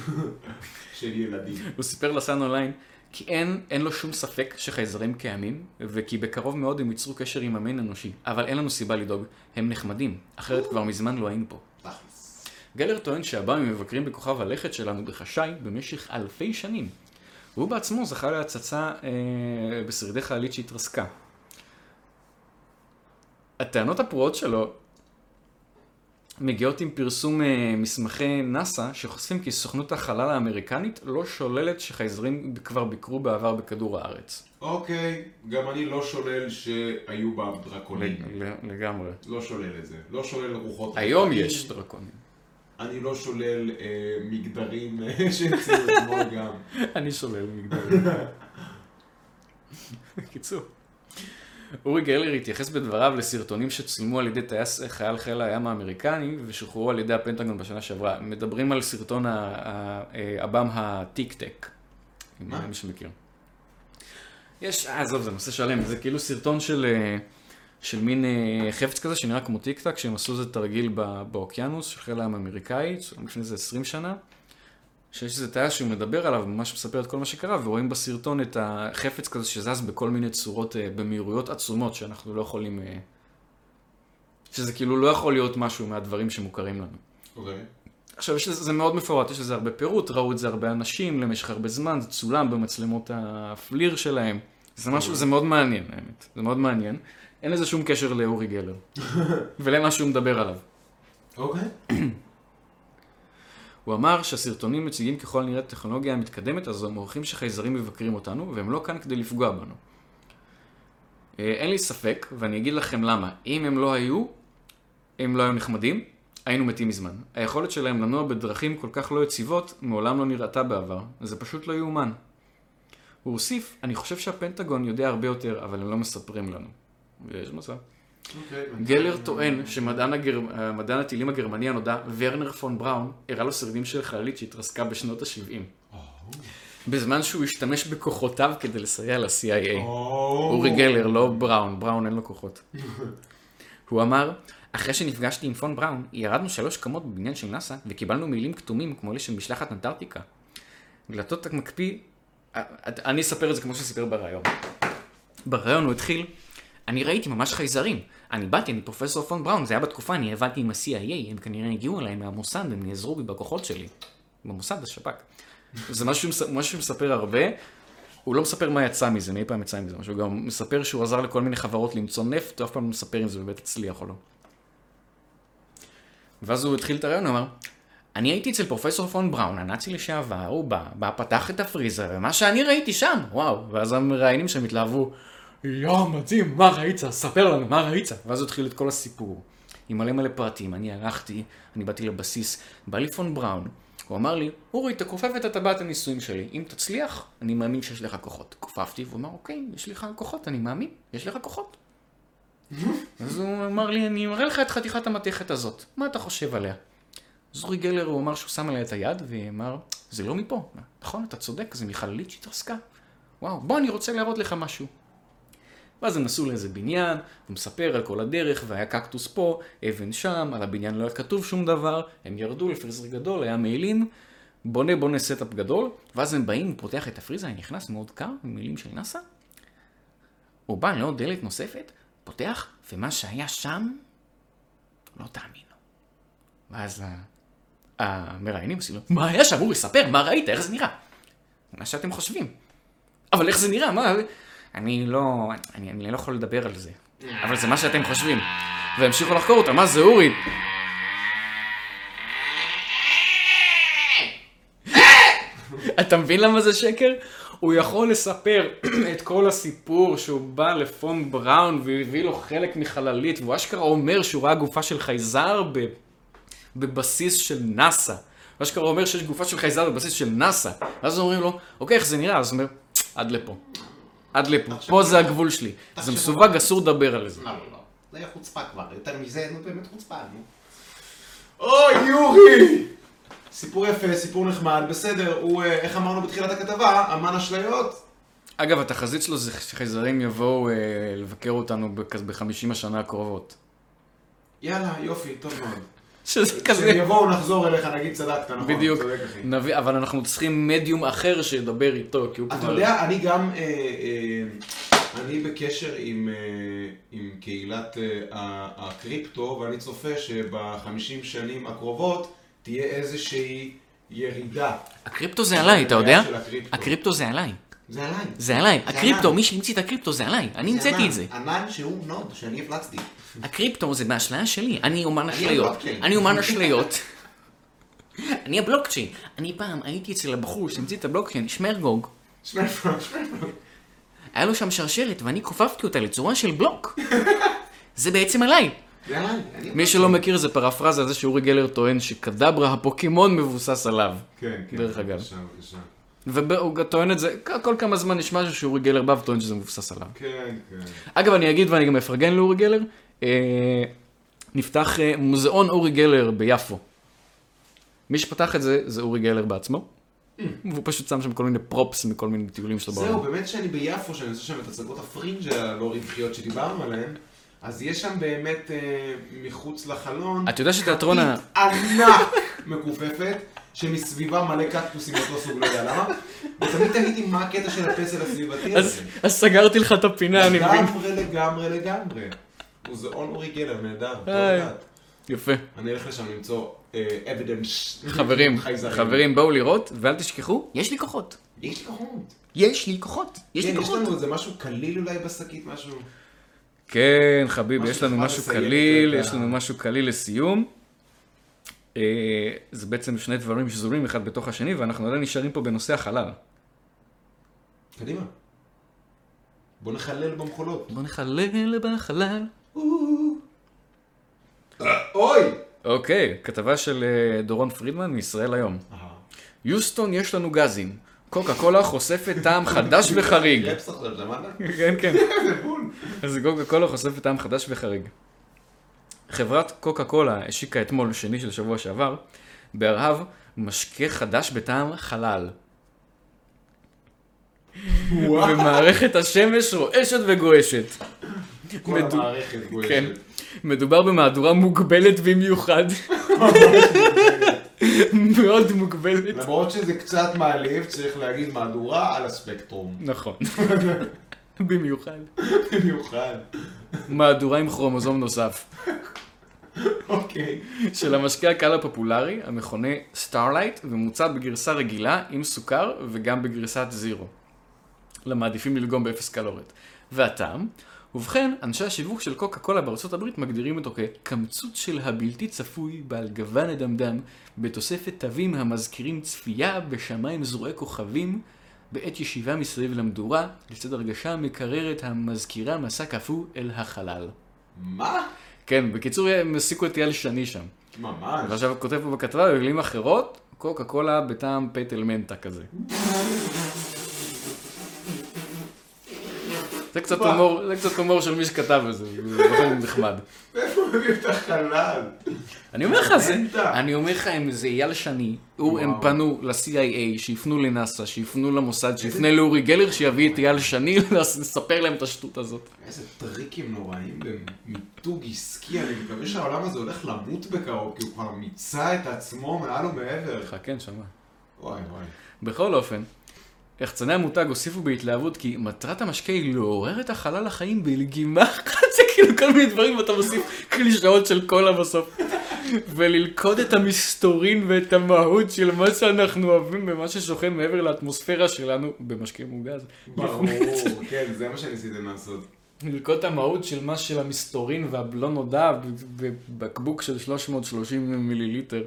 של ילדים. הוא סיפר לסאן אונליין כי אין לו שום ספק שחייזרים קיימים, וכי בקרוב מאוד הם ייצרו קשר עם המין אנושי. אבל אין לנו סיבה לדאוג, הם נחמדים, אחרת כבר מזמן לא היינו פה. גלר טוען שהבאים מבקרים בכוכב הלכת שלנו בחשאי במשך אלפי שנים. הוא בעצמו זכה להצצה בשרידי חללית שהתרסקה. הטענות הפרועות שלו מגיעות עם פרסום מסמכי נאסא, שחושפים כי סוכנות החלל האמריקנית לא שוללת שחייזרים כבר ביקרו בעבר בכדור הארץ. אוקיי, גם אני לא שולל שהיו בה דרקונים. לגמרי. לא שולל את זה. לא שולל רוחות. היום יש דרקונים. אני לא שולל מגדרים שהציעו אתמול גם. אני שולל מגדרים. קיצור. אורי גלר התייחס בדבריו לסרטונים שצולמו על ידי טייס חייל חיל הים האמריקני ושוחררו על ידי הפנטגון בשנה שעברה. מדברים על סרטון הבם הטיק-טק. מה? מי שמכיר. יש, עזוב, זה נושא שלם. זה כאילו סרטון של מין חפץ כזה שנראה כמו טיק-טק, שהם עשו איזה תרגיל באוקיינוס של חיל הים האמריקאי, לפני זה 20 שנה. שיש איזה טייס שהוא מדבר עליו, ממש מספר את כל מה שקרה, ורואים בסרטון את החפץ כזה שזז בכל מיני צורות, במהירויות עצומות, שאנחנו לא יכולים, שזה כאילו לא יכול להיות משהו מהדברים שמוכרים לנו. אוקיי. עכשיו, זה מאוד מפורט, יש לזה הרבה פירוט, ראו את זה הרבה אנשים למשך הרבה זמן, זה צולם במצלמות הפליר שלהם. זה משהו, זה מאוד מעניין, האמת. זה מאוד מעניין. אין לזה שום קשר לאורי גלר. ולמה שהוא מדבר עליו. אוקיי. הוא אמר שהסרטונים מציגים ככל הנראה טכנולוגיה המתקדמת, אז הם מוכיחים שחייזרים מבקרים אותנו, והם לא כאן כדי לפגוע בנו. אין לי ספק, ואני אגיד לכם למה. אם הם לא היו נחמדים, היינו מתים מזמן. היכולת שלהם לנוע בדרכים כל כך לא יציבות, מעולם לא נראתה בעבר. זה פשוט לא יאומן. הוא הוסיף, אני חושב שהפנטגון יודע הרבה יותר, אבל הם לא מספרים לנו. ויש מצב. גלר טוען שמדען הטילים הגרמני הנודע, ורנר פון בראון, הראה לו שרידים של חללית שהתרסקה בשנות ה-70. בזמן שהוא השתמש בכוחותיו כדי לסייע ל-CIA. אורי גלר, לא בראון, בראון אין לו כוחות. הוא אמר, אחרי שנפגשתי עם פון בראון, ירדנו 3 קומות בבניין של נאסא, וקיבלנו מילים כתומים כמו אלה של משלחת אנטארקטיקה. דלתות מקפיא, אני אספר את זה כמו שסיפר בראיון. בראיון הוא התחיל, אני ראיתי ממש חייזרים. אני פרופסור פון בראון, זה היה בתקופה, אני עבדתי עם ה-CIA, הם כנראה הגיעו אליי מהמוסד, הם נעזרו בי בכוחות שלי. במוסד, השב"כ. זה משהו שמספר הרבה, הוא לא מספר מה יצא מזה, מאי פעם יצא מזה, הוא גם מספר שהוא עזר לכל מיני חברות למצוא נפט, הוא אף פעם לא מספר אם זה באמת הצליח או לא. ואז הוא התחיל את הרעיון, הוא אמר, אני הייתי אצל פרופסור פון בראון, הנאצי לשעבר, הוא בא, פתח את הפריזר, ומה שאני ראיתי שם, וואו, ואז המראיינים שם התלהבו, מדהים, מה ראית? ספר לנו, מה ראית? ואז הוא התחיל את כל הסיפור, עם מלא פרטים, אני ערכתי, אני באתי לבסיס, בא לי פון בראון, הוא אמר לי, אורי, תכופף את הטבעת הניסויים שלי, אם תצליח, אני מאמין שיש לך כוחות. כופפתי, והוא אמר, אוקיי, יש לך כוחות, אני מאמין, יש לך כוחות. אז הוא אמר לי, אני אראה לך את חתיכת המתכת הזאת, מה אתה חושב עליה? אז אורי גלר, הוא אמר שהוא שם עליה את היד, ואמר, זה לא מפה, נכון, אתה צודק, זה מחללית שהתרסקה. וואו, בוא, אני רוצה להראות לך משהו. ואז הם נסעו לאיזה בניין, הוא מספר על כל הדרך, והיה קקטוס פה, אבן שם, על הבניין לא היה כתוב שום דבר, הם ירדו לפריזר גדול, היה מעילים, בונה סטאפ גדול, ואז הם באים, הוא פותח את הפריזר, נכנס מאוד קר, עם מעילים של נאסא, הוא בא לעוד דלת נוספת, פותח, ומה שהיה שם, לא תאמינו. ואז המראיינים עושים לו, מה היה שם? אורי, ספר, מה ראית? איך זה נראה? מה שאתם חושבים. אבל איך זה נראה? מה? אני לא יכול לדבר על זה. אבל זה מה שאתם חושבים. והמשיכו לחקור אותה, מה זה אורי? אתה מבין למה זה שקר? הוא יכול לספר את כל הסיפור שהוא בא לפון בראון והביא לו חלק מחללית, והוא אשכרה אומר שהוא ראה גופה של חייזר בבסיס של נאסא. הוא אשכרה אומר שיש גופה של חייזר בבסיס של נאסא. ואז אומרים לו, אוקיי, איך זה נראה? אז הוא אומר, עד לפה. עד לפה, פה זה הגבול שלי. זה מסווג, אסור לדבר על זה. לא. זה היה חוצפה כבר, יותר מזה, באמת חוצפה. אוי, יורי! סיפור יפה, סיפור נחמד, בסדר, הוא, איך אמרנו בתחילת הכתבה, אמן אשליות. אגב, התחזית שלו זה שחייזרים יבואו לבקר אותנו ב-50 השנה הקרובות. יאללה, יופי, טוב מאוד. שזה כזה... כשיבואו נחזור אליך, נגיד צדקת, נכון? בדיוק, אבל אנחנו צריכים מדיום אחר שידבר איתו, כי הוא כבר... אתה יודע, אני גם, אני בקשר עם קהילת הקריפטו, ואני צופה שב-50 שנים הקרובות תהיה איזושהי ירידה. הקריפטו זה עליי, אתה יודע? הקריפטו זה עליי. זה עליי. זה עליי. הקריפטו, מי שהמציא את הקריפטו זה עליי. אני המצאתי את זה. ענן שהוא נוד, שאני הפלצתי. הקריפטו זה באשליה שלי. אני אומן אשליות. אני אומן אשליות. אני הבלוקצ'יין. אני פעם הייתי אצל הבחור שהמציא את הבלוקצ'יין, שמרגוג. היה לו שם שרשרת ואני כופפתי אותה לצורה של בלוק. זה בעצם עליי. מי שלא מכיר זה פרפרזה על זה שאורי גלר טוען שקדברה הפוקימון מבוסס עליו. כן, דרך אגב. בבקשה. והוא טוען את זה, כל כמה זמן יש משהו שאורי גלר בא וטוען שזה מבוסס עליו. כן. אגב, אני אגיד ואני גם אפרגן לאורי גלר, נפתח מוזיאון אורי גלר ביפו. מי שפתח את זה, זה אורי גלר בעצמו. והוא פשוט שם שם כל מיני פרופס מכל מיני טיולים שלו בעולם. זהו, באמת שאני ביפו, שאני עושה שם את הצגות הפרינג' הלא רווחיות שדיברנו עליהן, אז יש שם באמת מחוץ לחלון, אתה יודע שתיאטרון כפית ענק מקופפת, שמסביבה מלא קקטוסים אותו סוג, לא יודע למה, ותמיד תהיתי מה הקטע של הפסל הסביבתי הזה. אז סגרתי לך את הפינה, אני מבין. לגמרי. מוזיאון אורי גלר, נהדר, טוב לדעת. יפה. אני אלך לשם למצוא אבידנס. חברים, בואו לראות, ואל תשכחו, יש לי כוחות. יש לי כוחות. יש לנו איזה משהו קליל אולי בשקית, משהו... כן, חביב, יש לנו משהו קליל לסיום. זה בעצם שני דברים שזורים אחד בתוך השני, ואנחנו עדיין נשארים פה בנושא החלל. קדימה. בוא נחלל במחולות. בוא נחלל בחלל. אוי! אוקיי, כתבה של דורון פרידמן מישראל היום. יוסטון יש לנו גזים. קוקה קולה חושפת טעם חדש וחריג. רפס עכשיו, שמעת? כן. אז קוקה קולה חושפת טעם חדש וחריג. חברת קוקה קולה השיקה אתמול, שני של שבוע שעבר, בהרהב משקה חדש בטעם חלל. ומערכת השמש רועשת וגועשת. כל המערכת גועשת. כן. מדובר במהדורה מוגבלת במיוחד. מאוד מוגבלת. למרות שזה קצת מעליב, צריך להגיד מהדורה על הספקטרום. נכון. במיוחד. במיוחד. מהדורה עם כרומוזום נוסף. אוקיי. של המשקה הקל הפופולרי, המכונה סטארלייט, ומוצע בגרסה רגילה עם סוכר וגם בגרסת זירו. למעדיפים ללגום באפס קלוריות. והטעם? ובכן, אנשי השיווק של קוקה קולה בארצות הברית מגדירים אותו כקמצוץ של הבלתי צפוי בעל גוון אדמדם, בתוספת תווים המזכירים צפייה בשמיים זרועי כוכבים, בעת ישיבה מסביב למדורה, לצד הרגשה מקררת המזכירה מסע כפו אל החלל. מה? כן, בקיצור הם הסיקו את אייל שני שם. ממש. ועכשיו כותב פה בכתבה, במילים אחרות, קוקה קולה בטעם פטל מנטה כזה. זה קצת הומור של מי שכתב את זה, זה בחור נחמד. איפה מביא את החלל? אני אומר לך, אם זה אייל שני, הם פנו ל-CIA, שיפנו לנאסא, שיפנו למוסד, שיפנה לאורי גלר, שיביא את אייל שני, לספר להם את השטות הזאת. איזה טריקים נוראים במיתוג עסקי, אני מקווה שהעולם הזה הולך למות בקרוב, כי הוא כבר מיצה את עצמו מעל ומעבר. כן, שמע. וואי. בכל אופן, יחצני המותג הוסיפו בהתלהבות כי מטרת המשקה היא לעורר את החלל החיים בלגימה אחת, זה כאילו כל מיני דברים ואתה מוסיף קלישאות של קולה בסוף. וללכוד את המסתורין ואת המהות של מה שאנחנו אוהבים במה ששוכן מעבר לאטמוספירה שלנו במשקה מוגז. ברור, כן, זה מה שניסיתם לעשות. ללכוד את המהות של מה של המסתורין והבלון נודע בבקבוק של 330 מיליליטר.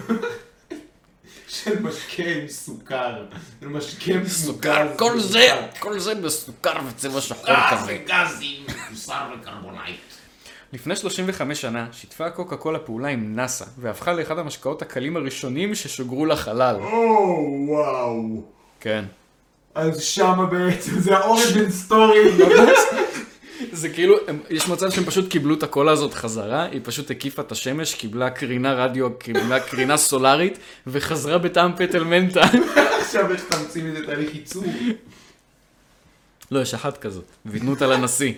של משקה עם סוכר. של משקה עם סוכר, כל זה בסוכר וצבע שחור כזה. גזים, סוכר וקרבונייט. לפני 35 שנה שיתפה קוקה קולה פעולה עם נאסא, והפכה לאחד המשקאות הקלים הראשונים ששוגרו לחלל. וואו. כן. אז שמה בעצם, זה האוריג'ין סטורי. זה כאילו, יש מצב שהם פשוט קיבלו את הקולה הזאת חזרה, היא פשוט הקיפה את השמש, קיבלה קרינה רדיו, קיבלה קרינה סולארית, וחזרה בטעם פטל מנטה. עכשיו איך תמציא מזה תהליך ייצור? לא, יש אחת כזאת, ויתנו אותה לנשיא.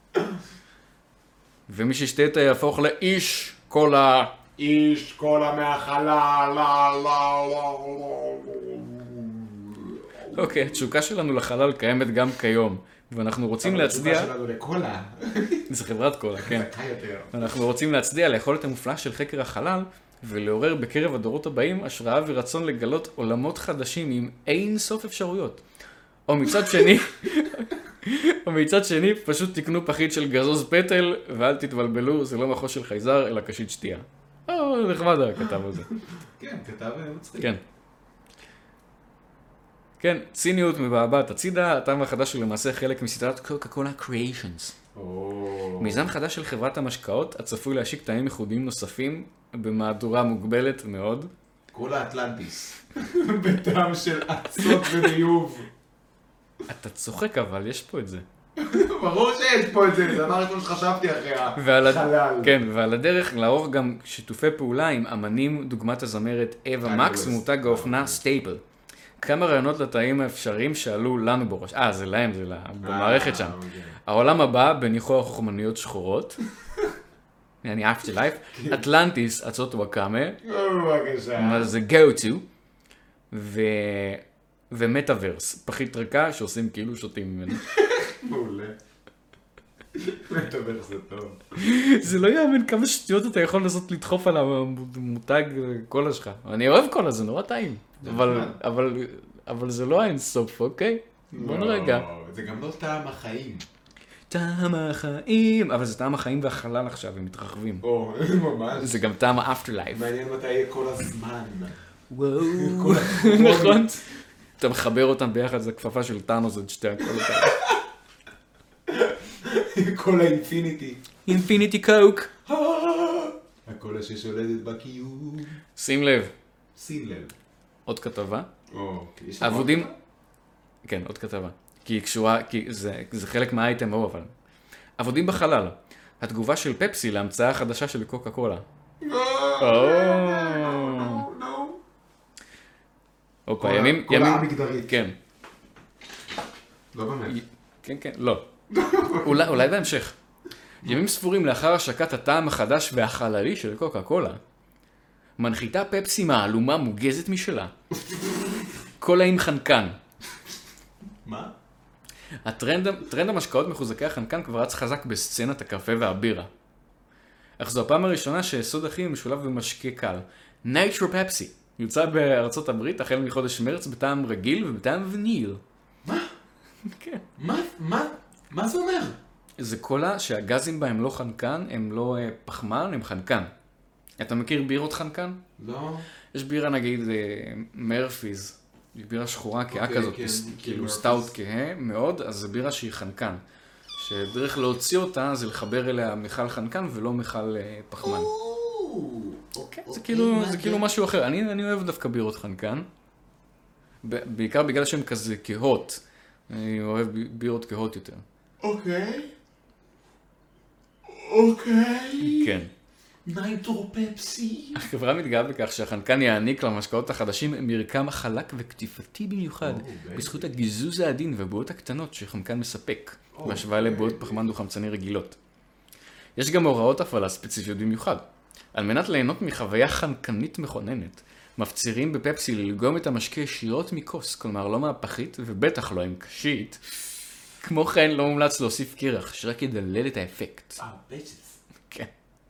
ומי שישתה את יהפוך לאיש קולה. איש קולה מהחלל. אוקיי, התשוקה שלנו לחלל קיימת גם כיום. ואנחנו רוצים להצדיע... התשוקה שלנו לקולה. זה חברת קולה, כן. זכה יותר. אנחנו רוצים להצדיע ליכולת המופלאה של חקר החלל, ולעורר בקרב הדורות הבאים השראה ורצון לגלות עולמות חדשים עם אין סוף אפשרויות. או מצד שני, פשוט תקנו פחית של גזוז פטל, ואל תתבלבלו, זה לא מחוז של חייזר, אלא קשית שתייה. נחמד הכתב הזה. כן, כתב מצחיק. כן. כן, ציניות מבעבעת הצידה, הטעם החדש הוא למעשה חלק מסדרת קוקה קולה קריאיישנס. מיזם חדש של חברת המשקאות, הצפוי להשיק טעמים ייחודיים נוספים, במהדורה מוגבלת מאוד. קולה אטלנטיס. בטעם של עצות וניוב. אתה צוחק אבל, יש פה את זה. ברור שיש פה את זה, זה אמר כמו שחשבתי אחרי החלל. כן, ועל הדרך לערוך גם שיתופי פעולה עם אמנים דוגמת הזמרת אווה מקס ומותג האופנה סטייפל. כמה רעיונות לטעים האפשריים שעלו לנו בראש. זה להם, זה במערכת שם. העולם הבא בניחוח חומניות שחורות. אני after life. אטלנטיס, עצות וואקאמה. זה go to. ומטאברס, פחית ריקה שעושים כאילו שותים ממנו. מעולה. מטאברס זה טוב. זה לא יאמן כמה שטויות אתה יכול לנסות לדחוף על המותג קולה שלך. אני אוהב קולה, זה נורא טעים. אבל זה לא האינסוף, אוקיי? בוא נרגע. זה גם לא טעם החיים. טעם החיים, אבל זה טעם החיים והחלל עכשיו, הם מתרחבים. ממש. זה גם טעם האפטרלייף. מעניין מתי יהיה כל הזמן. וואו. נכון. אתה מחבר אותם ביחד, זה כפפה של טאנוס, את שתי הקולות האלה. כל האינפיניטי. אינפיניטי קוק. הקולה ששולטת בקיום. שים לב. עוד כתבה. עבודים. כן, עוד כתבה. כי היא קשורה, כי זה חלק מהאייטם ההוא, אבל. עבודים בחלל. התגובה של פפסי להמצאה החדשה של קוקה קולה. אוקיי, ימים... קולה המגדרית. כן. לא באמת. כן, לא. אולי בהמשך. ימים ספורים לאחר השקת הטעם החדש והחללי של קוקה קולה, מנחיתה פפסי מהלומה מוגזת משלה. קולה עם חנקן. מה? טרנד המשקאות מחוזקי החנקן כבר רץ חזק בסצנת הקפה והבירה. אך זו הפעם הראשונה שסוד הכימי משולב במשקה קל. נייטרו פפסי. יוצא בארצות הברית החל מחודש מרץ בטעם רגיל ובטעם וניל. מה? כן. מה זה אומר? זה קולה שהגזים בה הם לא חנקן, הם לא פחמן, הם חנקן. אתה מכיר בירות חנקן? לא. יש בירה נגיד מרפיז, היא בירה שחורה כהה כזאת, כאילו סטאוט כהה מאוד, אז זה בירה שהיא חנקן. שדרך להוציא אותה זה לחבר אליה מיכל חנקן ולא מיכל פחמן. זה כאילו משהו אחר. אני אוהב דווקא בירות חנקן. בעיקר בגלל שהן כזה כהות. אני אוהב בירות כהות יותר. אוקיי. כן. נייטרו פפסי. החברה מתגאה בכך שהחנקן יעניק למשקאות החדשים מרקם חלק וקטיפתי במיוחד, בזכות הגיזוז העדין והבועות הקטנות שחנקן מספק, בהשוואה לבועות פחמן דו-חמצני רגילות. יש גם הוראות הפעלה ספציפיות במיוחד. על מנת ליהנות מחוויה חנקנית מכוננת, מפצירים בפפסי ללגום את המשקה ישירות מכוס, כלומר לא מהפחית ובטח לא עם קשית. כמו כן לא מומלץ להוסיף קירח, שרק ידלל את האפקט. ביצ'ס. כן.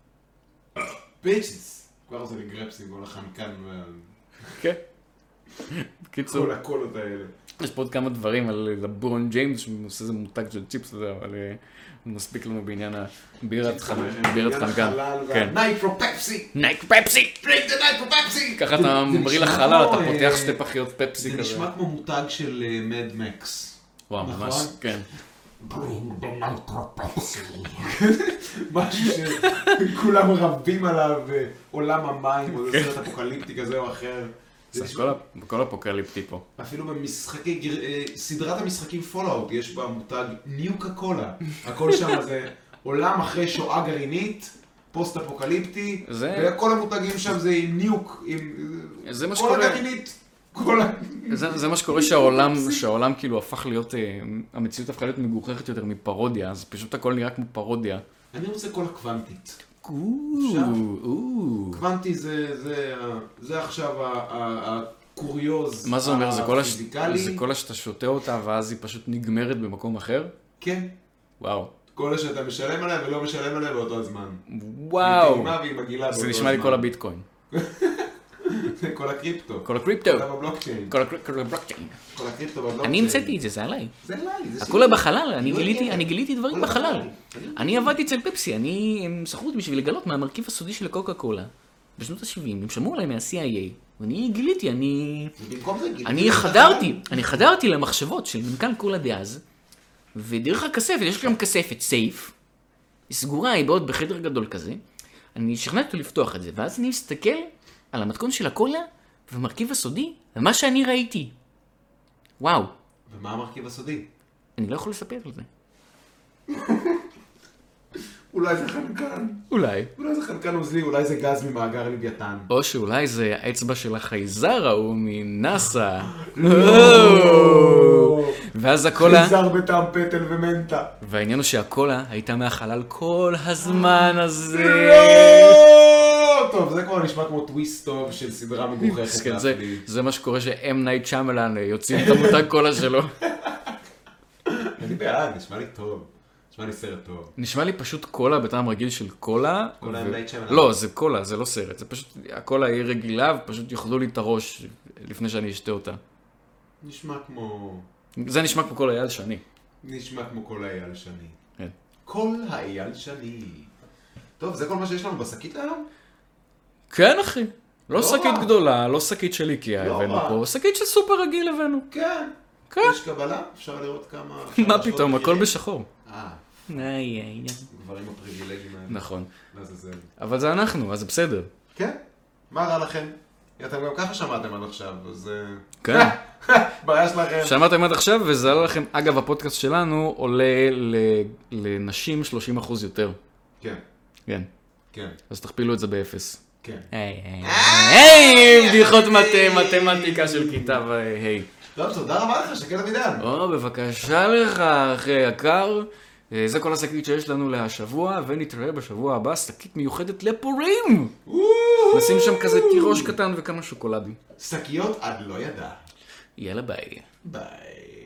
ביצ'ס. כבר זה לגרפסים, כל החנקן כן. בקיצור. כל הקולות האלה. יש פה עוד כמה דברים על לברון ג'יימס, שעושה איזה מותג של צ'יפס, אבל מספיק לנו בעניין הבירת חנקן. נייטרו פפסי! נייטרו פפסי! drink the נייטרו פפסי! ככה אתה מבריא לחלל, אתה פותח שתי פחיות פפסי כזה. זה נשמע כמו מותג של מד מקס. וואו, ממש, כן. bring the נייטרו פפסי. משהו שכולם רבים עליו, עולם המים, או סרט אפוקליפטי כזה או אחר. זה כל אפוקליפטי פה. אפילו סדרת המשחקים פולאאוט יש בה מותג ניוקה קולה. הכל שם זה עולם אחרי שואה גרעינית, פוסט אפוקליפטי, וכל המותגים שם זה עם ניוק, עם קולה גרעינית. זה מה שקורה שהעולם כאילו הפך להיות, המציאות הפכה להיות מגוחכת יותר מפרודיה, אז פשוט הכל נראה כמו פרודיה. אני רוצה קולה קוונטית. קוונטי זה עכשיו הקוריוז. מה זה אומר? זה קולה שאתה שותה אותה ואז היא פשוט נגמרת במקום אחר? כן. וואו. קולה שאתה משלם עליה ולא משלם עליה באותו הזמן. וואו. היא טעימה והיא מגעילה באותו הזמן. זה נשמע לי כל הביטקוין. כל הקריפטו. כל הקריפטו. כל הבלוקצ'יין. כל הבלוקצ'יין. כל הקריפטו בבלוקצ'יין. אני המצאתי את זה, זה עליי. זה עליי. הכל בחלל, אני גיליתי דברים בחלל. אני עבדתי אצל פפסי, הם שכרו אותי בשביל לגלות מהמרכיב הסודי של הקוקה קולה. בשנות ה-70, הם שמעו עליי מה-CIA, ואני גיליתי, אני חדרתי למחשבות של מנכ"ל קולה דאז, ודרך הכספת, יש גם כספת סייף, היא סגורה, היא בעוד בחדר גדול כזה, אני שכנעתי אותו לפתוח את זה, ואז אני מסתכל על המתכון של הקולה, ומרכיב הסודי, ומה שאני ראיתי. וואו. ומה המרכיב הסודי? אני לא יכול לספר על זה. אולי זה חנקן. אולי זה חנקן עוזלי, אולי זה גז ממאגר לוויתן. או שאולי זה האצבע של החייזר ההוא מנאסא. ואז הקולה... חייזר בטעם פטל ומנטה. והעניין הוא שהקולה הייתה מהחלל כל הזמן הזה. טוב, זה כבר נשמע כמו טוויסט טוב של סדרה מגוחכת. זה מה שקורה שאם נייט שמלן יוצאים את המותג קולה שלו. אני בעד, נשמע לי טוב. נשמע לי סרט טוב. נשמע לי פשוט קולה בטעם רגיל של קולה. קולה עם נייט שמלן. לא, זה קולה, זה לא סרט. זה פשוט, הקולה היא רגילה ופשוט יאכלו לי את הראש לפני שאני אשתה אותה. נשמע כמו... זה נשמע כמו כל אייל שני. נשמע כמו כל אייל שני. כן. כל האייל שני. טוב, זה כל מה שיש לנו בשקית היום? כן, אחי. לא שקית גדולה, לא שקית של איקאה הבאנו פה, שקית של סופר רגיל הבאנו. כן. כן. יש קבלה? אפשר לראות כמה... מה פתאום, הכל בשחור. גברים הפריבילגיים האלה. נכון. לעזאזל. אבל זה אנחנו, אז זה בסדר. כן. מה רע לכם? אתם גם ככה שמעתם עד עכשיו, אז... כן. בעיה שלכם. שמעתם עד עכשיו, וזה עלה לכם, אגב, הפודקאסט שלנו עולה לנשים 30% יותר. כן. כן. כן. אז תכפילו את זה באפס. כן. היי, בדיחות מתמטיקה של כיתה והי. טוב, תודה רבה לך, שקד אבידן. בבקשה לך, אחי יקר. זה כל השקית שיש לנו להשבוע, ונתראה בשבוע הבא, שקית מיוחדת לפורים. נשים שם כזה תירוש קטן וכמה שוקולדים. שקיות עד לא ידע. יאללה ביי. ביי.